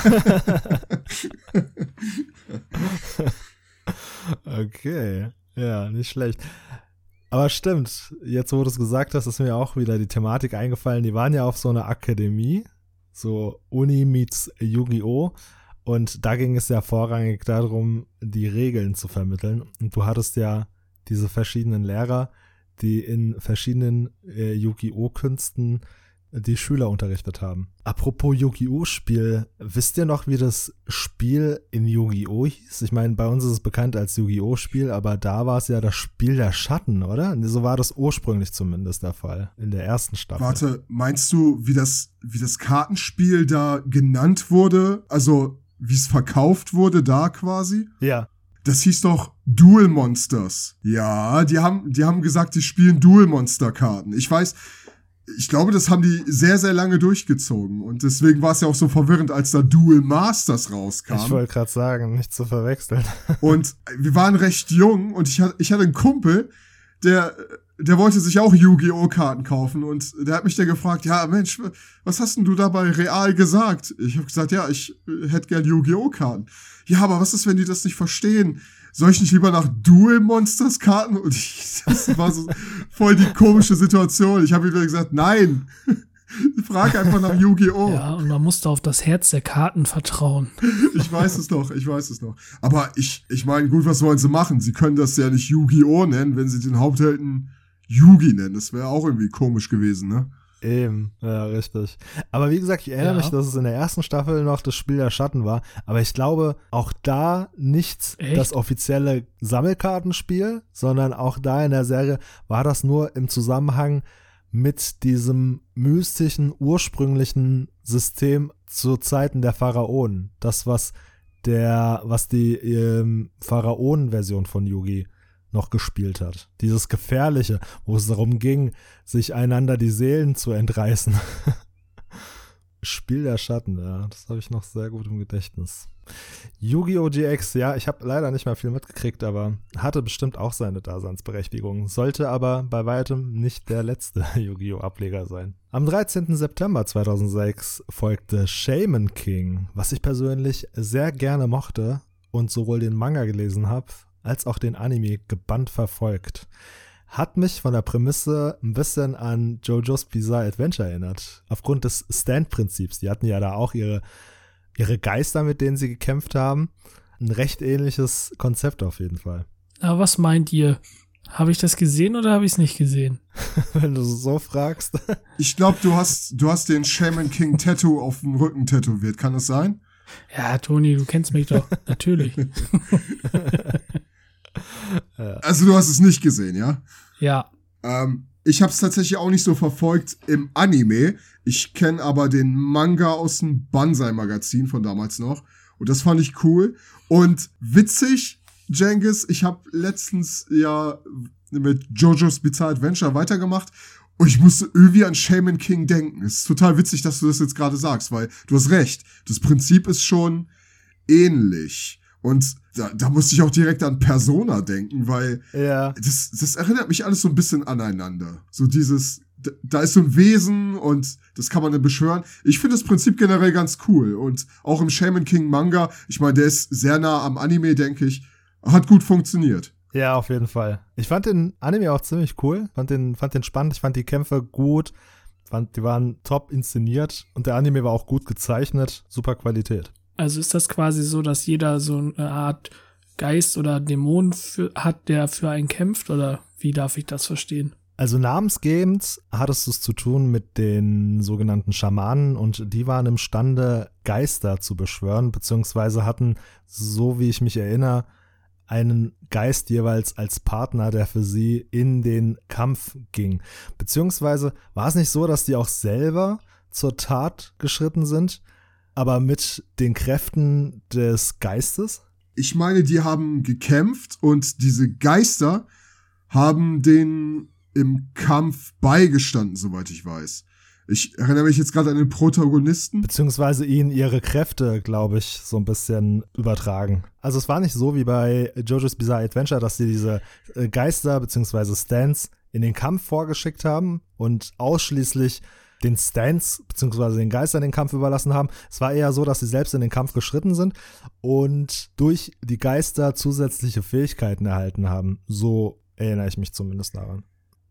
Okay, ja, nicht schlecht. Aber stimmt, jetzt wo du es gesagt hast, ist mir auch wieder die Thematik eingefallen. Die waren ja auf so einer Akademie, so Uni meets Yu-Gi-Oh! Und da ging es ja vorrangig darum, die Regeln zu vermitteln. Und du hattest ja diese verschiedenen Lehrer, die in verschiedenen äh, Yu-Gi-Oh! Künsten die Schüler unterrichtet haben. Apropos Yu-Gi-Oh! Spiel, wisst ihr noch, wie das Spiel in Yu-Gi-Oh! Hieß? Ich meine, bei uns ist es bekannt als Yu-Gi-Oh! Spiel, aber da war es ja das Spiel der Schatten, oder? So war das ursprünglich zumindest der Fall, in der ersten Staffel. Warte, meinst du, wie das, wie das Kartenspiel da genannt wurde? Also wie es verkauft wurde da quasi? Ja. Das hieß doch Duel Monsters. Ja, die haben, die haben gesagt, die spielen Duel Monster Karten. Ich weiß, ich glaube, das haben die sehr, sehr lange durchgezogen. Und deswegen war es ja auch so verwirrend, als da Duel Masters rauskam. Ich wollte gerade sagen, nicht zu verwechseln. Und wir waren recht jung und ich hatte, ich hatte einen Kumpel, der, der wollte sich auch Yu-Gi-Oh! Karten kaufen. Und der hat mich dann gefragt, ja, Mensch, was hast denn du da bei Real gesagt? Ich habe gesagt, ja, ich hätte gern Yu-Gi-Oh! Karten. Ja, aber was ist, wenn die das nicht verstehen? Soll ich nicht lieber nach Duel Monsters Karten? Und ich, das war so voll die komische Situation. Ich habe ihm gesagt, nein, frag einfach nach Yu-Gi-Oh! Ja, und man musste auf das Herz der Karten vertrauen. Ich weiß es noch, ich weiß es noch. Aber ich, ich meine, gut, was wollen sie machen? Sie können das ja nicht Yu-Gi-Oh! Nennen, wenn sie den Haupthelden Yugi nennen. Das wäre auch irgendwie komisch gewesen, ne? Eben, ja, richtig. Aber wie gesagt, ich erinnere Ja. mich, dass es in der ersten Staffel noch das Spiel der Schatten war. Aber ich glaube, auch da nicht Echt? das offizielle Sammelkartenspiel, sondern auch da in der Serie war das nur im Zusammenhang mit diesem mystischen, ursprünglichen System zu Zeiten der Pharaonen. Das, was der, was die ähm, Pharaonen-Version von Yugi noch gespielt hat. Dieses Gefährliche, wo es darum ging, sich einander die Seelen zu entreißen. Spiel der Schatten, ja, das habe ich noch sehr gut im Gedächtnis. Yu-Gi-Oh! G X, ja, ich habe leider nicht mehr viel mitgekriegt, aber hatte bestimmt auch seine Daseinsberechtigung. Sollte aber bei weitem nicht der letzte Yu-Gi-Oh! Ableger sein. Am dreizehnten September zweitausendsechs folgte Shaman King, was ich persönlich sehr gerne mochte und sowohl den Manga gelesen habe, als auch den Anime gebannt verfolgt. Hat mich von der Prämisse ein bisschen an JoJo's Bizarre Adventure erinnert. Aufgrund des Stand-Prinzips. Die hatten ja da auch ihre, ihre Geister, mit denen sie gekämpft haben. Ein recht ähnliches Konzept auf jeden Fall. Aber was meint ihr? Habe ich das gesehen oder habe ich es nicht gesehen? Wenn du so fragst. Ich glaube, du hast, du hast den Shaman King Tattoo auf dem Rücken tätowiert. Kann das sein? Ja, Toni, du kennst mich doch. Natürlich. Also du hast es nicht gesehen, ja? Ja. Ähm, ich habe es tatsächlich auch nicht so verfolgt im Anime. Ich kenne aber den Manga aus dem Banzai-Magazin von damals noch. Und das fand ich cool. Und witzig, Cengiz, ich habe letztens ja mit JoJo's Bizarre Adventure weitergemacht. Und ich musste irgendwie an Shaman King denken. Es ist total witzig, dass du das jetzt gerade sagst, weil du hast recht. Das Prinzip ist schon ähnlich. Und da, da musste ich auch direkt an Persona denken, weil Ja. das, das erinnert mich alles so ein bisschen aneinander. So dieses, da, da ist so ein Wesen und das kann man dann beschwören. Ich finde das Prinzip generell ganz cool. Und auch im Shaman King Manga, ich meine, der ist sehr nah am Anime, denke ich, hat gut funktioniert. Ja, auf jeden Fall. Ich fand den Anime auch ziemlich cool. Fand den, fand den spannend. Ich fand die Kämpfe gut. Fand, die waren top inszeniert. Und der Anime war auch gut gezeichnet. Super Qualität. Also ist das quasi so, dass jeder so eine Art Geist oder Dämon für, hat, der für einen kämpft? Oder wie darf ich das verstehen? Also namensgebend hattest du es zu tun mit den sogenannten Schamanen und die waren imstande, Geister zu beschwören, beziehungsweise hatten, so wie ich mich erinnere, einen Geist jeweils als Partner, der für sie in den Kampf ging. Beziehungsweise war es nicht so, dass die auch selber zur Tat geschritten sind, aber mit den Kräften des Geistes? Ich meine, die haben gekämpft und diese Geister haben denen im Kampf beigestanden, soweit ich weiß. Ich erinnere mich jetzt gerade an den Protagonisten. Beziehungsweise ihnen ihre Kräfte, glaube ich, so ein bisschen übertragen. Also es war nicht so wie bei JoJo's Bizarre Adventure, dass sie diese äh, Geister beziehungsweise Stans in den Kampf vorgeschickt haben und ausschließlich den Stans beziehungsweise den Geistern den Kampf überlassen haben. Es war eher so, dass sie selbst in den Kampf geschritten sind und durch die Geister zusätzliche Fähigkeiten erhalten haben. So erinnere ich mich zumindest daran.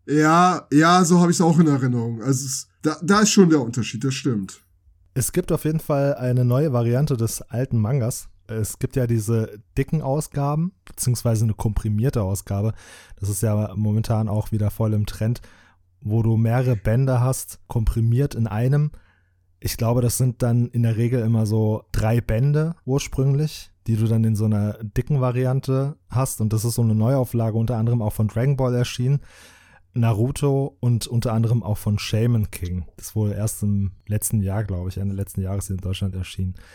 Ja, ja, so habe ich es auch in Erinnerung. Also es, da, da ist schon der Unterschied, das stimmt. Es gibt auf jeden Fall eine neue Variante des alten Mangas. Es gibt ja diese dicken Ausgaben, beziehungsweise eine komprimierte Ausgabe. Das ist ja momentan auch wieder voll im Trend, wo du mehrere Bände hast, komprimiert in einem. Ich glaube, das sind dann in der Regel immer so drei Bände ursprünglich, die du dann in so einer dicken Variante hast. Und das ist so eine Neuauflage, unter anderem auch von Dragon Ball erschienen, Naruto und unter anderem auch von Shaman King. Das ist wohl erst im letzten Jahr, glaube ich, Ende letzten Jahres in Deutschland erschienen.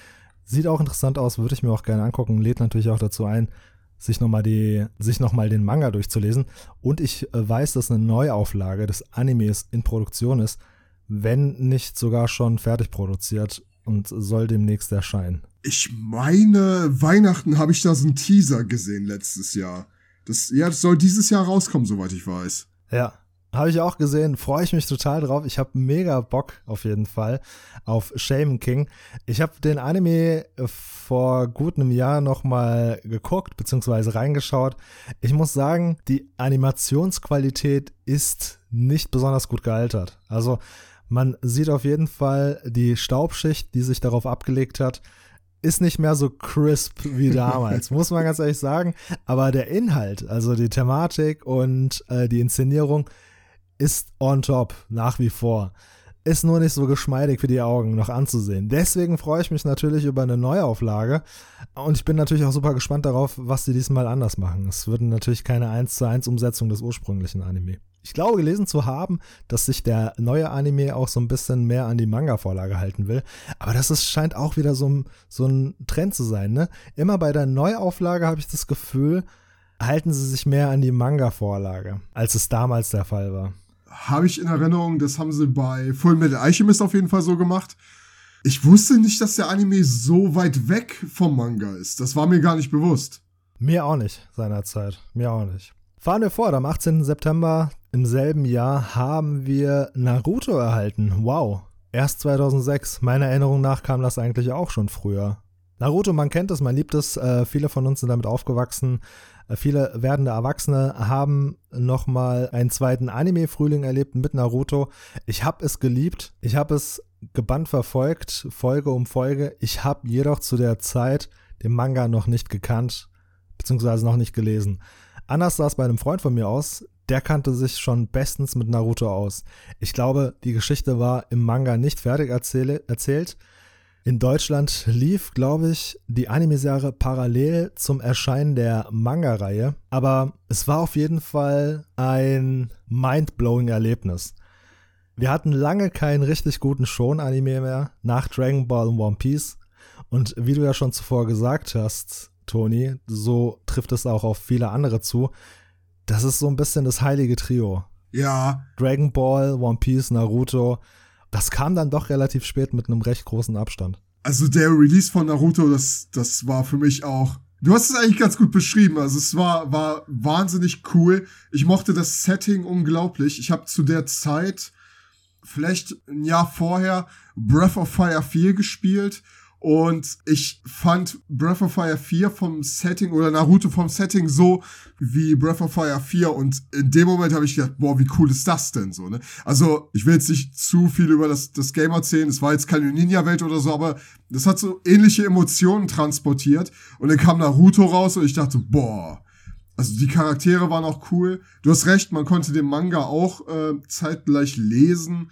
Sieht auch interessant aus, würde ich mir auch gerne angucken. Lädt natürlich auch dazu ein, sich nochmal die, sich nochmal den Manga durchzulesen. Und ich äh, weiß, dass eine Neuauflage des Animes in Produktion ist, wenn nicht sogar schon fertig produziert und soll demnächst erscheinen. Ich meine, Weihnachten habe ich da so einen Teaser gesehen letztes Jahr. Das, ja, das soll dieses Jahr rauskommen, soweit ich weiß. Ja, habe ich auch gesehen, freue ich mich total drauf. Ich habe mega Bock auf jeden Fall auf Shaman King. Ich habe den Anime vor gut einem Jahr nochmal geguckt, beziehungsweise reingeschaut. Ich muss sagen, die Animationsqualität ist nicht besonders gut gealtert. Also man sieht auf jeden Fall die Staubschicht, die sich darauf abgelegt hat, ist nicht mehr so crisp wie damals, muss man ganz ehrlich sagen. Aber der Inhalt, also die Thematik und äh, die Inszenierung ist on top, nach wie vor. Ist nur nicht so geschmeidig für die Augen noch anzusehen. Deswegen freue ich mich natürlich über eine Neuauflage. Und ich bin natürlich auch super gespannt darauf, was sie diesmal anders machen. Es wird natürlich keine eins zu eins Umsetzung des ursprünglichen Anime. Ich glaube, gelesen zu haben, dass sich der neue Anime auch so ein bisschen mehr an die Manga-Vorlage halten will. Aber das ist, scheint auch wieder so ein, so ein Trend zu sein, ne? Immer bei der Neuauflage habe ich das Gefühl, halten sie sich mehr an die Manga-Vorlage, als es damals der Fall war. Habe ich in Erinnerung, das haben sie bei Fullmetal Alchemist auf jeden Fall so gemacht. Ich wusste nicht, dass der Anime so weit weg vom Manga ist. Das war mir gar nicht bewusst. Mir auch nicht, seinerzeit. Mir auch nicht. Fahren wir fort, am achtzehnten September im selben Jahr haben wir Naruto erhalten. Wow, erst zweitausendsechs. Meiner Erinnerung nach kam das eigentlich auch schon früher. Naruto, man kennt es, man liebt es, äh, viele von uns sind damit aufgewachsen. Äh, viele werdende Erwachsene haben nochmal einen zweiten Anime-Frühling erlebt mit Naruto. Ich habe es geliebt, ich habe es gebannt verfolgt, Folge um Folge. Ich habe jedoch zu der Zeit den Manga noch nicht gekannt, beziehungsweise noch nicht gelesen. Anders sah es bei einem Freund von mir aus, der kannte sich schon bestens mit Naruto aus. Ich glaube, die Geschichte war im Manga nicht fertig erzähle, erzählt. In Deutschland lief, glaube ich, die Anime-Serie parallel zum Erscheinen der Manga-Reihe. Aber es war auf jeden Fall ein mind-blowing Erlebnis. Wir hatten lange keinen richtig guten Shonen-Anime mehr, nach Dragon Ball und One Piece. Und wie du ja schon zuvor gesagt hast, Toni, so trifft es auch auf viele andere zu. Das ist so ein bisschen das heilige Trio. Ja. Dragon Ball, One Piece, Naruto. Das kam dann doch relativ spät mit einem recht großen Abstand. Also der Release von Naruto, das, das war für mich auch... Du hast es eigentlich ganz gut beschrieben. Also es war, war wahnsinnig cool. Ich mochte das Setting unglaublich. Ich habe zu der Zeit, vielleicht ein Jahr vorher, Breath of Fire vier gespielt. Und ich fand Breath of Fire vier vom Setting oder Naruto vom Setting so wie Breath of Fire vier. Und in dem Moment habe ich gedacht, boah, wie cool ist das denn so, ne? Also, ich will jetzt nicht zu viel über das, das Game erzählen. Es war jetzt keine Ninja-Welt oder so, aber das hat so ähnliche Emotionen transportiert. Und dann kam Naruto raus und ich dachte, boah, also die Charaktere waren auch cool. Du hast recht, man konnte den Manga auch äh, zeitgleich lesen.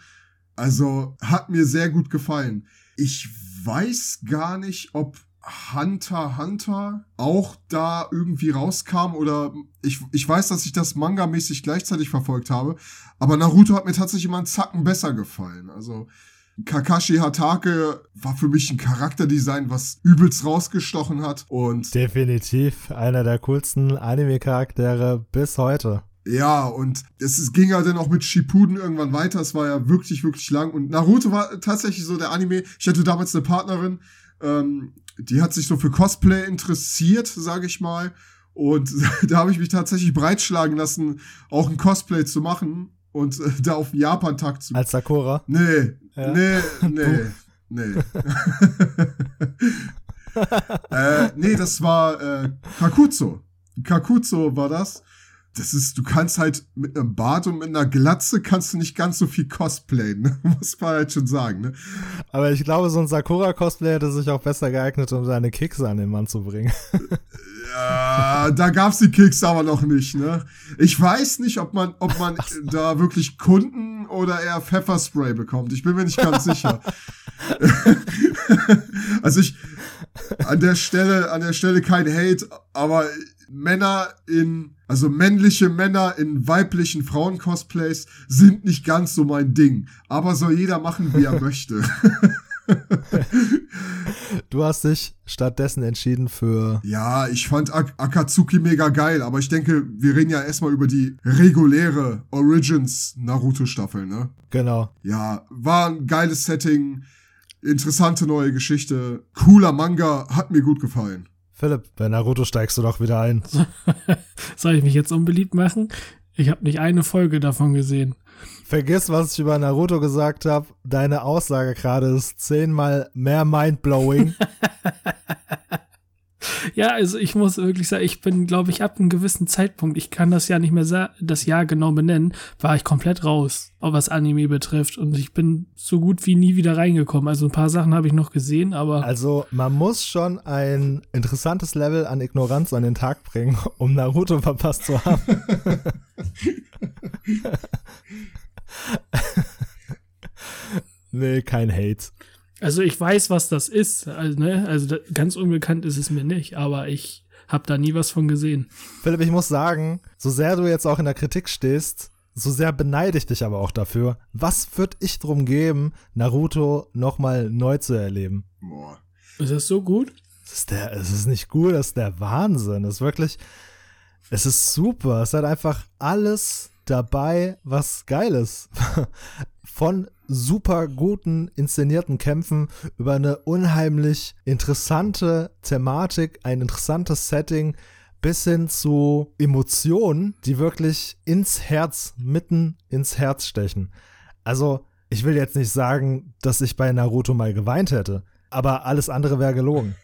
Also, hat mir sehr gut gefallen. Ich weiß gar nicht, ob Hunter x Hunter auch da irgendwie rauskam oder ich, ich weiß, dass ich das Manga-mäßig gleichzeitig verfolgt habe, aber Naruto hat mir tatsächlich immer einen Zacken besser gefallen. Also Kakashi Hatake war für mich ein Charakterdesign, was übelst rausgestochen hat und definitiv einer der coolsten Anime-Charaktere bis heute. Ja, und es, es ging ja dann auch mit Shippuden irgendwann weiter. Es war ja wirklich, wirklich lang. Und Naruto war tatsächlich so der Anime. Ich hatte damals eine Partnerin, ähm, die hat sich so für Cosplay interessiert, sage ich mal. Und da habe ich mich tatsächlich breitschlagen lassen, auch ein Cosplay zu machen und äh, da auf den Japan-Tag zu... Als Sakura? Nee, ja. nee, nee, nee. äh, nee, das war äh, Kakuzo. Kakuzo war das. Das ist, du kannst halt mit einem Bart und mit einer Glatze kannst du nicht ganz so viel cosplayen, ne? Muss man halt schon sagen, ne? Aber ich glaube, so ein Sakura-Cosplay hätte sich auch besser geeignet, um seine Kicks an den Mann zu bringen. Ja, da gab's die Kicks aber noch nicht, ne? Ich weiß nicht, ob man, ob man so. da wirklich Kunden oder eher Pfefferspray bekommt. Ich bin mir nicht ganz sicher. Also ich, an der Stelle, an der Stelle kein Hate, aber Männer in, also männliche Männer in weiblichen Frauen-Cosplays sind nicht ganz so mein Ding. Aber soll jeder machen, wie er möchte. Du hast dich stattdessen entschieden für... Ja, ich fand Ak- Akatsuki mega geil, aber ich denke, wir reden ja erstmal über die reguläre Origins-Naruto-Staffel, ne? Genau. Ja, war ein geiles Setting, interessante neue Geschichte, cooler Manga, hat mir gut gefallen. Philipp, bei Naruto steigst du doch wieder ein. Soll ich mich jetzt unbeliebt machen? Ich habe nicht eine Folge davon gesehen. Vergiss, was ich über Naruto gesagt habe. Deine Aussage gerade ist zehnmal mehr mindblowing. Ja, also ich muss wirklich sagen, ich bin, glaube ich, ab einem gewissen Zeitpunkt, ich kann das ja nicht mehr sa- das Jahr genau benennen, war ich komplett raus, auch was Anime betrifft. Und ich bin so gut wie nie wieder reingekommen. Also ein paar Sachen habe ich noch gesehen, aber... Also man muss schon ein interessantes Level an Ignoranz an den Tag bringen, um Naruto verpasst zu haben. Nee, kein Hate. Also ich weiß, was das ist. Also, ne? also da, ganz unbekannt ist es mir nicht, aber ich habe da nie was von gesehen. Philipp, ich muss sagen, so sehr du jetzt auch in der Kritik stehst, so sehr beneide ich dich aber auch dafür. Was würde ich drum geben, Naruto nochmal neu zu erleben? Boah. Ist das so gut? Es ist, der, es ist nicht gut, das ist der Wahnsinn. Es ist wirklich, es ist super. Es hat einfach alles dabei, was geil ist. Von super guten inszenierten Kämpfen über eine unheimlich interessante Thematik, ein interessantes Setting bis hin zu Emotionen, die wirklich ins Herz, mitten ins Herz stechen. Also, ich will jetzt nicht sagen, dass ich bei Naruto mal geweint hätte, aber alles andere wäre gelogen.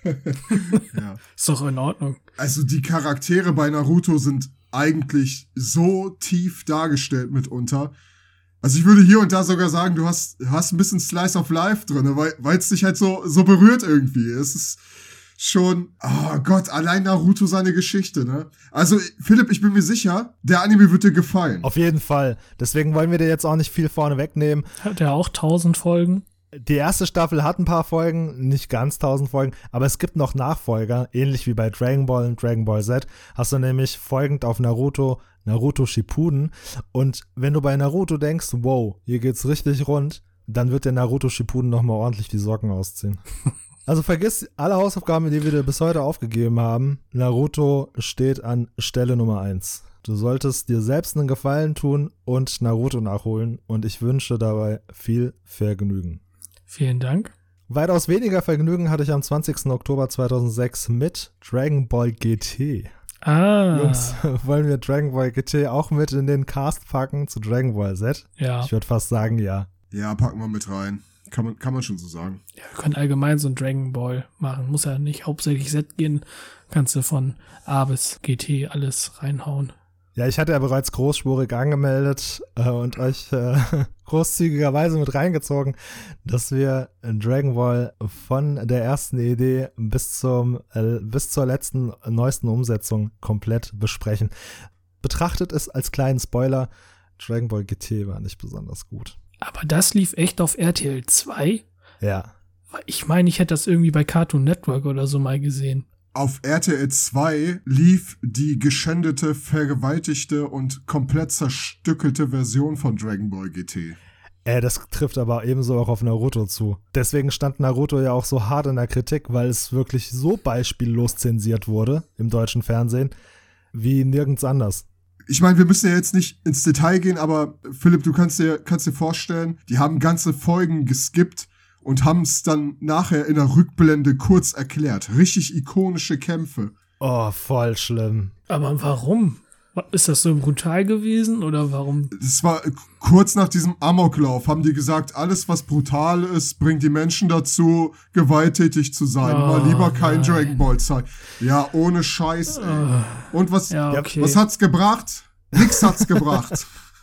Ja. Ist doch in Ordnung. Also die Charaktere bei Naruto sind eigentlich so tief dargestellt mitunter. Also ich würde hier und da sogar sagen, du hast, hast ein bisschen Slice of Life drin, weil es dich halt so, so berührt irgendwie. Es ist schon, oh Gott, allein Naruto seine Geschichte, ne? Also Philipp, ich bin mir sicher, der Anime wird dir gefallen. Auf jeden Fall. Deswegen wollen wir dir jetzt auch nicht viel vorne wegnehmen. Hat er auch tausend Folgen? Die erste Staffel hat ein paar Folgen, nicht ganz tausend Folgen, aber es gibt noch Nachfolger, ähnlich wie bei Dragon Ball und Dragon Ball Z, hast du nämlich folgend auf Naruto, Naruto Shippuden. Und wenn du bei Naruto denkst, wow, hier geht's richtig rund, dann wird der Naruto Shippuden nochmal ordentlich die Socken ausziehen. Also vergiss alle Hausaufgaben, die wir dir bis heute aufgegeben haben. Naruto steht an Stelle Nummer eins. Du solltest dir selbst einen Gefallen tun und Naruto nachholen und ich wünsche dabei viel Vergnügen. Vielen Dank. Weitaus weniger Vergnügen hatte ich am zwanzigsten Oktober zweitausendsechs mit Dragon Ball G T. Ah. Jungs, wollen wir Dragon Ball G T auch mit in den Cast packen zu Dragon Ball Z? Ja. Ich würde fast sagen, ja. Ja, packen wir mit rein. Kann man, kann man schon so sagen. Ja, wir können allgemein so ein Dragon Ball machen. Muss ja nicht hauptsächlich Z gehen. Kannst du von A bis G T alles reinhauen. Ja, ich hatte ja bereits großspurig angemeldet äh, und euch äh, großzügigerweise mit reingezogen, dass wir Dragon Ball von der ersten Idee bis zum äh, bis zur letzten neuesten Umsetzung komplett besprechen. Betrachtet es als kleinen Spoiler, Dragon Ball G T war nicht besonders gut. Aber das lief echt auf R T L zwei? Ja. Ich meine, ich hätte das irgendwie bei Cartoon Network oder so mal gesehen. Auf R T L zwei lief die geschändete, vergewaltigte und komplett zerstückelte Version von Dragon Ball G T. Äh, das trifft aber ebenso auch auf Naruto zu. Deswegen stand Naruto ja auch so hart in der Kritik, weil es wirklich so beispiellos zensiert wurde im deutschen Fernsehen wie nirgends anders. Ich meine, wir müssen ja jetzt nicht ins Detail gehen, aber Philipp, du kannst dir, kannst dir vorstellen, die haben ganze Folgen geskippt und haben es dann nachher in der Rückblende kurz erklärt. Richtig ikonische Kämpfe. Oh, voll schlimm. Aber warum? Ist das so brutal gewesen oder warum? Das war kurz nach diesem Amoklauf, haben die gesagt, alles was brutal ist, bringt die Menschen dazu, gewalttätig zu sein. Oh, Mal lieber kein nein. Dragon Ball zeigen. Ja, ohne Scheiß, ey. Oh. Und was, Ja, okay. was hat's gebracht? Nix hat's gebracht.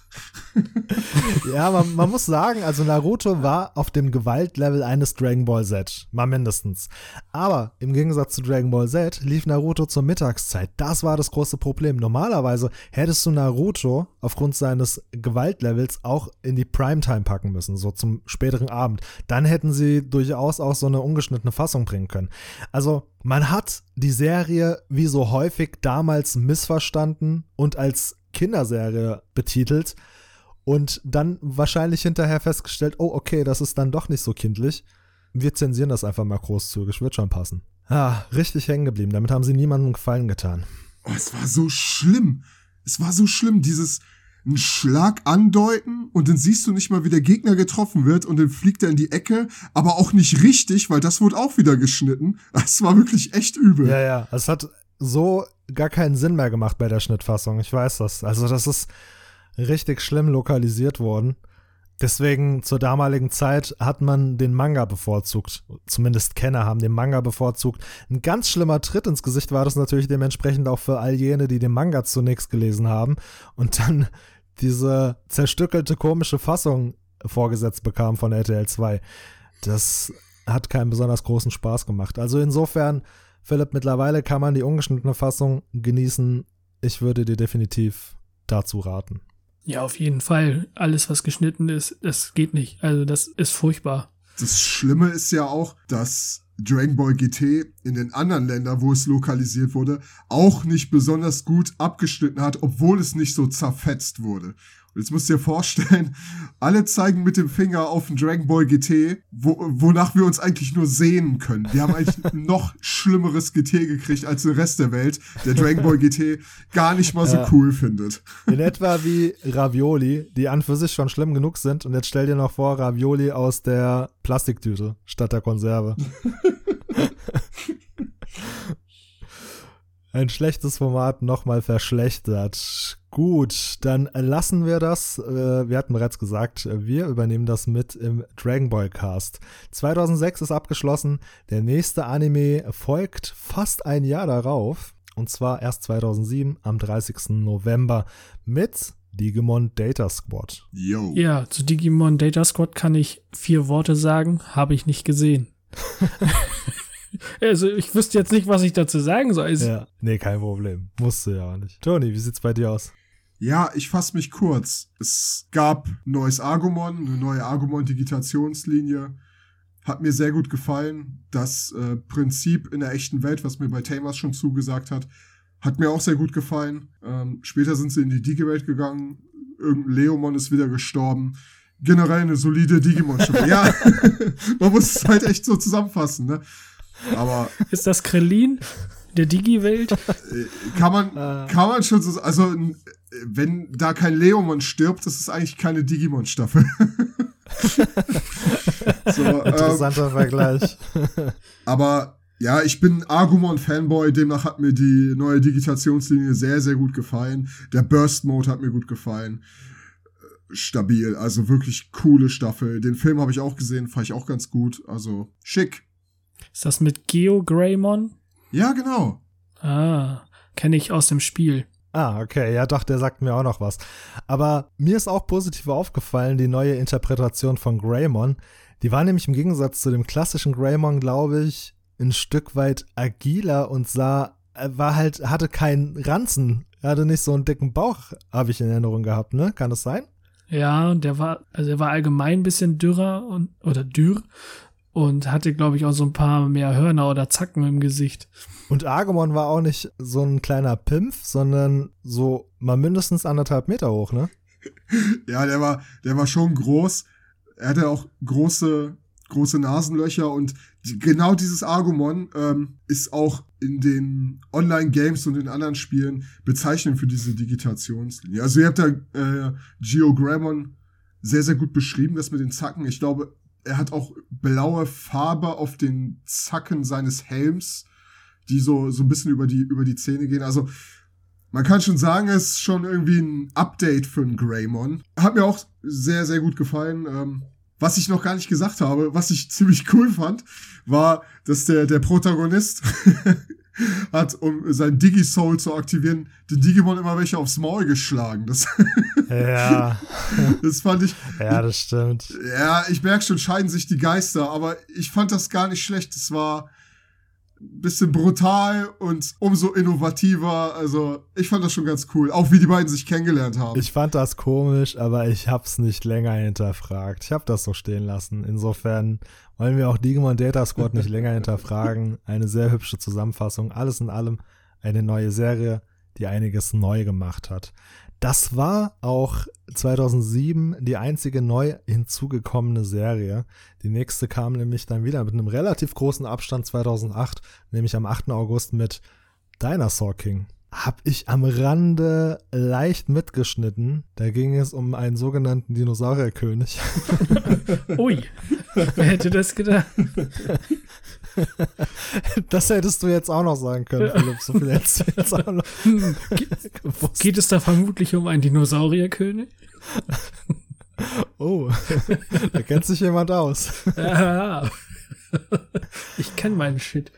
Ja, man, man muss sagen, also Naruto war auf dem Gewaltlevel eines Dragon Ball Z, mal mindestens. Aber im Gegensatz zu Dragon Ball Z lief Naruto zur Mittagszeit. Das war das große Problem. Normalerweise hättest du Naruto aufgrund seines Gewaltlevels auch in die Primetime packen müssen, so zum späteren Abend. Dann hätten sie durchaus auch so eine ungeschnittene Fassung bringen können. Also man hat die Serie wie so häufig damals missverstanden und als Kinderserie betitelt. Und dann wahrscheinlich hinterher festgestellt, oh, okay, das ist dann doch nicht so kindlich. wir zensieren das einfach mal großzügig, wird schon passen. Ah, richtig hängen geblieben, damit haben sie niemandem Gefallen getan. Oh, es war so schlimm. Es war so schlimm, dieses einen Schlag andeuten und dann siehst du nicht mal, wie der Gegner getroffen wird und dann fliegt er in die Ecke, aber auch nicht richtig, weil das wurde auch wieder geschnitten. Das war wirklich echt übel. Ja, ja, es hat so gar keinen Sinn mehr gemacht bei der Schnittfassung, ich weiß das. Also das ist richtig schlimm lokalisiert worden. Deswegen zur damaligen Zeit hat man den Manga bevorzugt. Zumindest Kenner haben den Manga bevorzugt. Ein ganz schlimmer Tritt ins Gesicht war das natürlich dementsprechend auch für all jene, die den Manga zunächst gelesen haben und dann diese zerstückelte komische Fassung vorgesetzt bekamen von R T L zwei. Das hat keinen besonders großen Spaß gemacht. Also insofern, Philipp, mittlerweile kann man die ungeschnittene Fassung genießen. Ich würde dir definitiv dazu raten. Ja, auf jeden Fall. Alles, was geschnitten ist, das geht nicht. Also das ist furchtbar. Das Schlimme ist ja auch, dass Dragon Ball G T in den anderen Ländern, wo es lokalisiert wurde, auch nicht besonders gut abgeschnitten hat, obwohl es nicht so zerfetzt wurde. Und jetzt musst du dir vorstellen, alle zeigen mit dem Finger auf den Dragon Ball G T, wo, wonach wir uns eigentlich nur sehnen können. Wir haben eigentlich noch schlimmeres G T gekriegt als der Rest der Welt, der Dragon Ball G T gar nicht mal so ja. cool findet. In etwa wie Ravioli, die an für sich schon schlimm genug sind. Und jetzt stell dir noch vor, Ravioli aus der Plastiktüte statt der Konserve. Ein schlechtes Format nochmal verschlechtert. Gut, dann lassen wir das. Wir hatten bereits gesagt, wir übernehmen das mit im Dragon Ball Cast. zweitausendsechs ist abgeschlossen. Der nächste Anime folgt fast ein Jahr darauf. Und zwar erst zweitausendsieben am dreißigsten November mit Digimon Data Squad. Yo. Ja, zu Digimon Data Squad kann ich vier Worte sagen. Habe ich nicht gesehen. Also ich wüsste jetzt nicht, was ich dazu sagen soll. Also ja, nee, kein Problem. Musst du ja auch nicht. Toni, wie sieht's bei dir aus? Ja, ich fasse mich kurz. Es gab ein neues Agumon, eine neue Agumon-Digitationslinie. Hat mir sehr gut gefallen. Das äh, Prinzip in der echten Welt, was mir bei Tamers schon zugesagt hat, hat mir auch sehr gut gefallen. Ähm, später sind sie in die Digi-Welt gegangen. Irgendein Leomon ist wieder gestorben. Generell eine solide Digimon-Show. Ja, man muss es halt echt so zusammenfassen, ne? Aber ist das Krillin der Digi-Welt? Kann man, kann man schon so, also wenn da kein Leomon stirbt, das ist eigentlich keine Digimon-Staffel. so, Interessanter ähm, Vergleich. Aber ja, ich bin Agumon-Fanboy, demnach hat mir die neue Digitationslinie sehr, sehr gut gefallen. Der Burst-Mode hat mir gut gefallen. Stabil, also wirklich coole Staffel. Den Film habe ich auch gesehen, fand ich auch ganz gut, also schick. Ist das mit Geo Greymon? Ja, genau. Ah, kenne ich aus dem Spiel. Ah, okay, ja doch, der sagt mir auch noch was. Aber mir ist auch positiv aufgefallen, die neue Interpretation von Greymon. Die war nämlich im Gegensatz zu dem klassischen Greymon, glaube ich, ein Stück weit agiler und sah, war halt, hatte keinen Ranzen. Er hatte nicht so einen dicken Bauch, habe ich in Erinnerung gehabt, ne? Kann das sein? Ja, der war, also er war allgemein ein bisschen dürrer und, oder dürr. Und hatte, glaube ich, auch so ein paar mehr Hörner oder Zacken im Gesicht. Und Agumon war auch nicht so ein kleiner Pimpf, sondern so mal mindestens anderthalb Meter hoch, ne? Ja, der war, der war schon groß. Er hatte auch große, große Nasenlöcher und die, genau dieses Agumon ähm, ist auch in den Online-Games und in anderen Spielen bezeichnend für diese Digitationslinie. Also ihr habt da äh, Geo Greymon sehr, sehr gut beschrieben, das mit den Zacken. Ich glaube, er hat auch blaue Farbe auf den Zacken seines Helms, die so, so ein bisschen über die, über die Zähne gehen. Also, man kann schon sagen, es ist schon irgendwie ein Update für einen Greymon. Hat mir auch sehr, sehr gut gefallen. Ähm, was ich noch gar nicht gesagt habe, was ich ziemlich cool fand, war, dass der, der Protagonist hat, um sein Digi-Soul zu aktivieren, den Digimon immer welche aufs Maul geschlagen. Das ja. Das fand ich. Ja, das stimmt. Ja, ich merke schon, scheiden sich die Geister, aber ich fand das gar nicht schlecht. Es war ein bisschen brutal und umso innovativer. Also, ich fand das schon ganz cool. Auch wie die beiden sich kennengelernt haben. Ich fand das komisch, aber ich hab's nicht länger hinterfragt. Ich hab das so stehen lassen. Insofern wollen wir auch Digimon Data Squad nicht länger hinterfragen. Eine sehr hübsche Zusammenfassung. Alles in allem eine neue Serie, die einiges neu gemacht hat. Das war auch zweitausendsieben die einzige neu hinzugekommene Serie. Die nächste kam nämlich dann wieder mit einem relativ großen Abstand zweitausendacht, nämlich am achten August mit Dinosaur King. Hab ich am Rande leicht mitgeschnitten. Da ging es um einen sogenannten Dinosaurierkönig. Ui, wer hätte das gedacht? Das hättest du jetzt auch noch sagen können, Philipp. So viel hättest du jetzt auch noch Ge- Geht es da vermutlich um einen Dinosaurierkönig? Oh, da kennt sich jemand aus. Ja, ich kenn meinen Shit.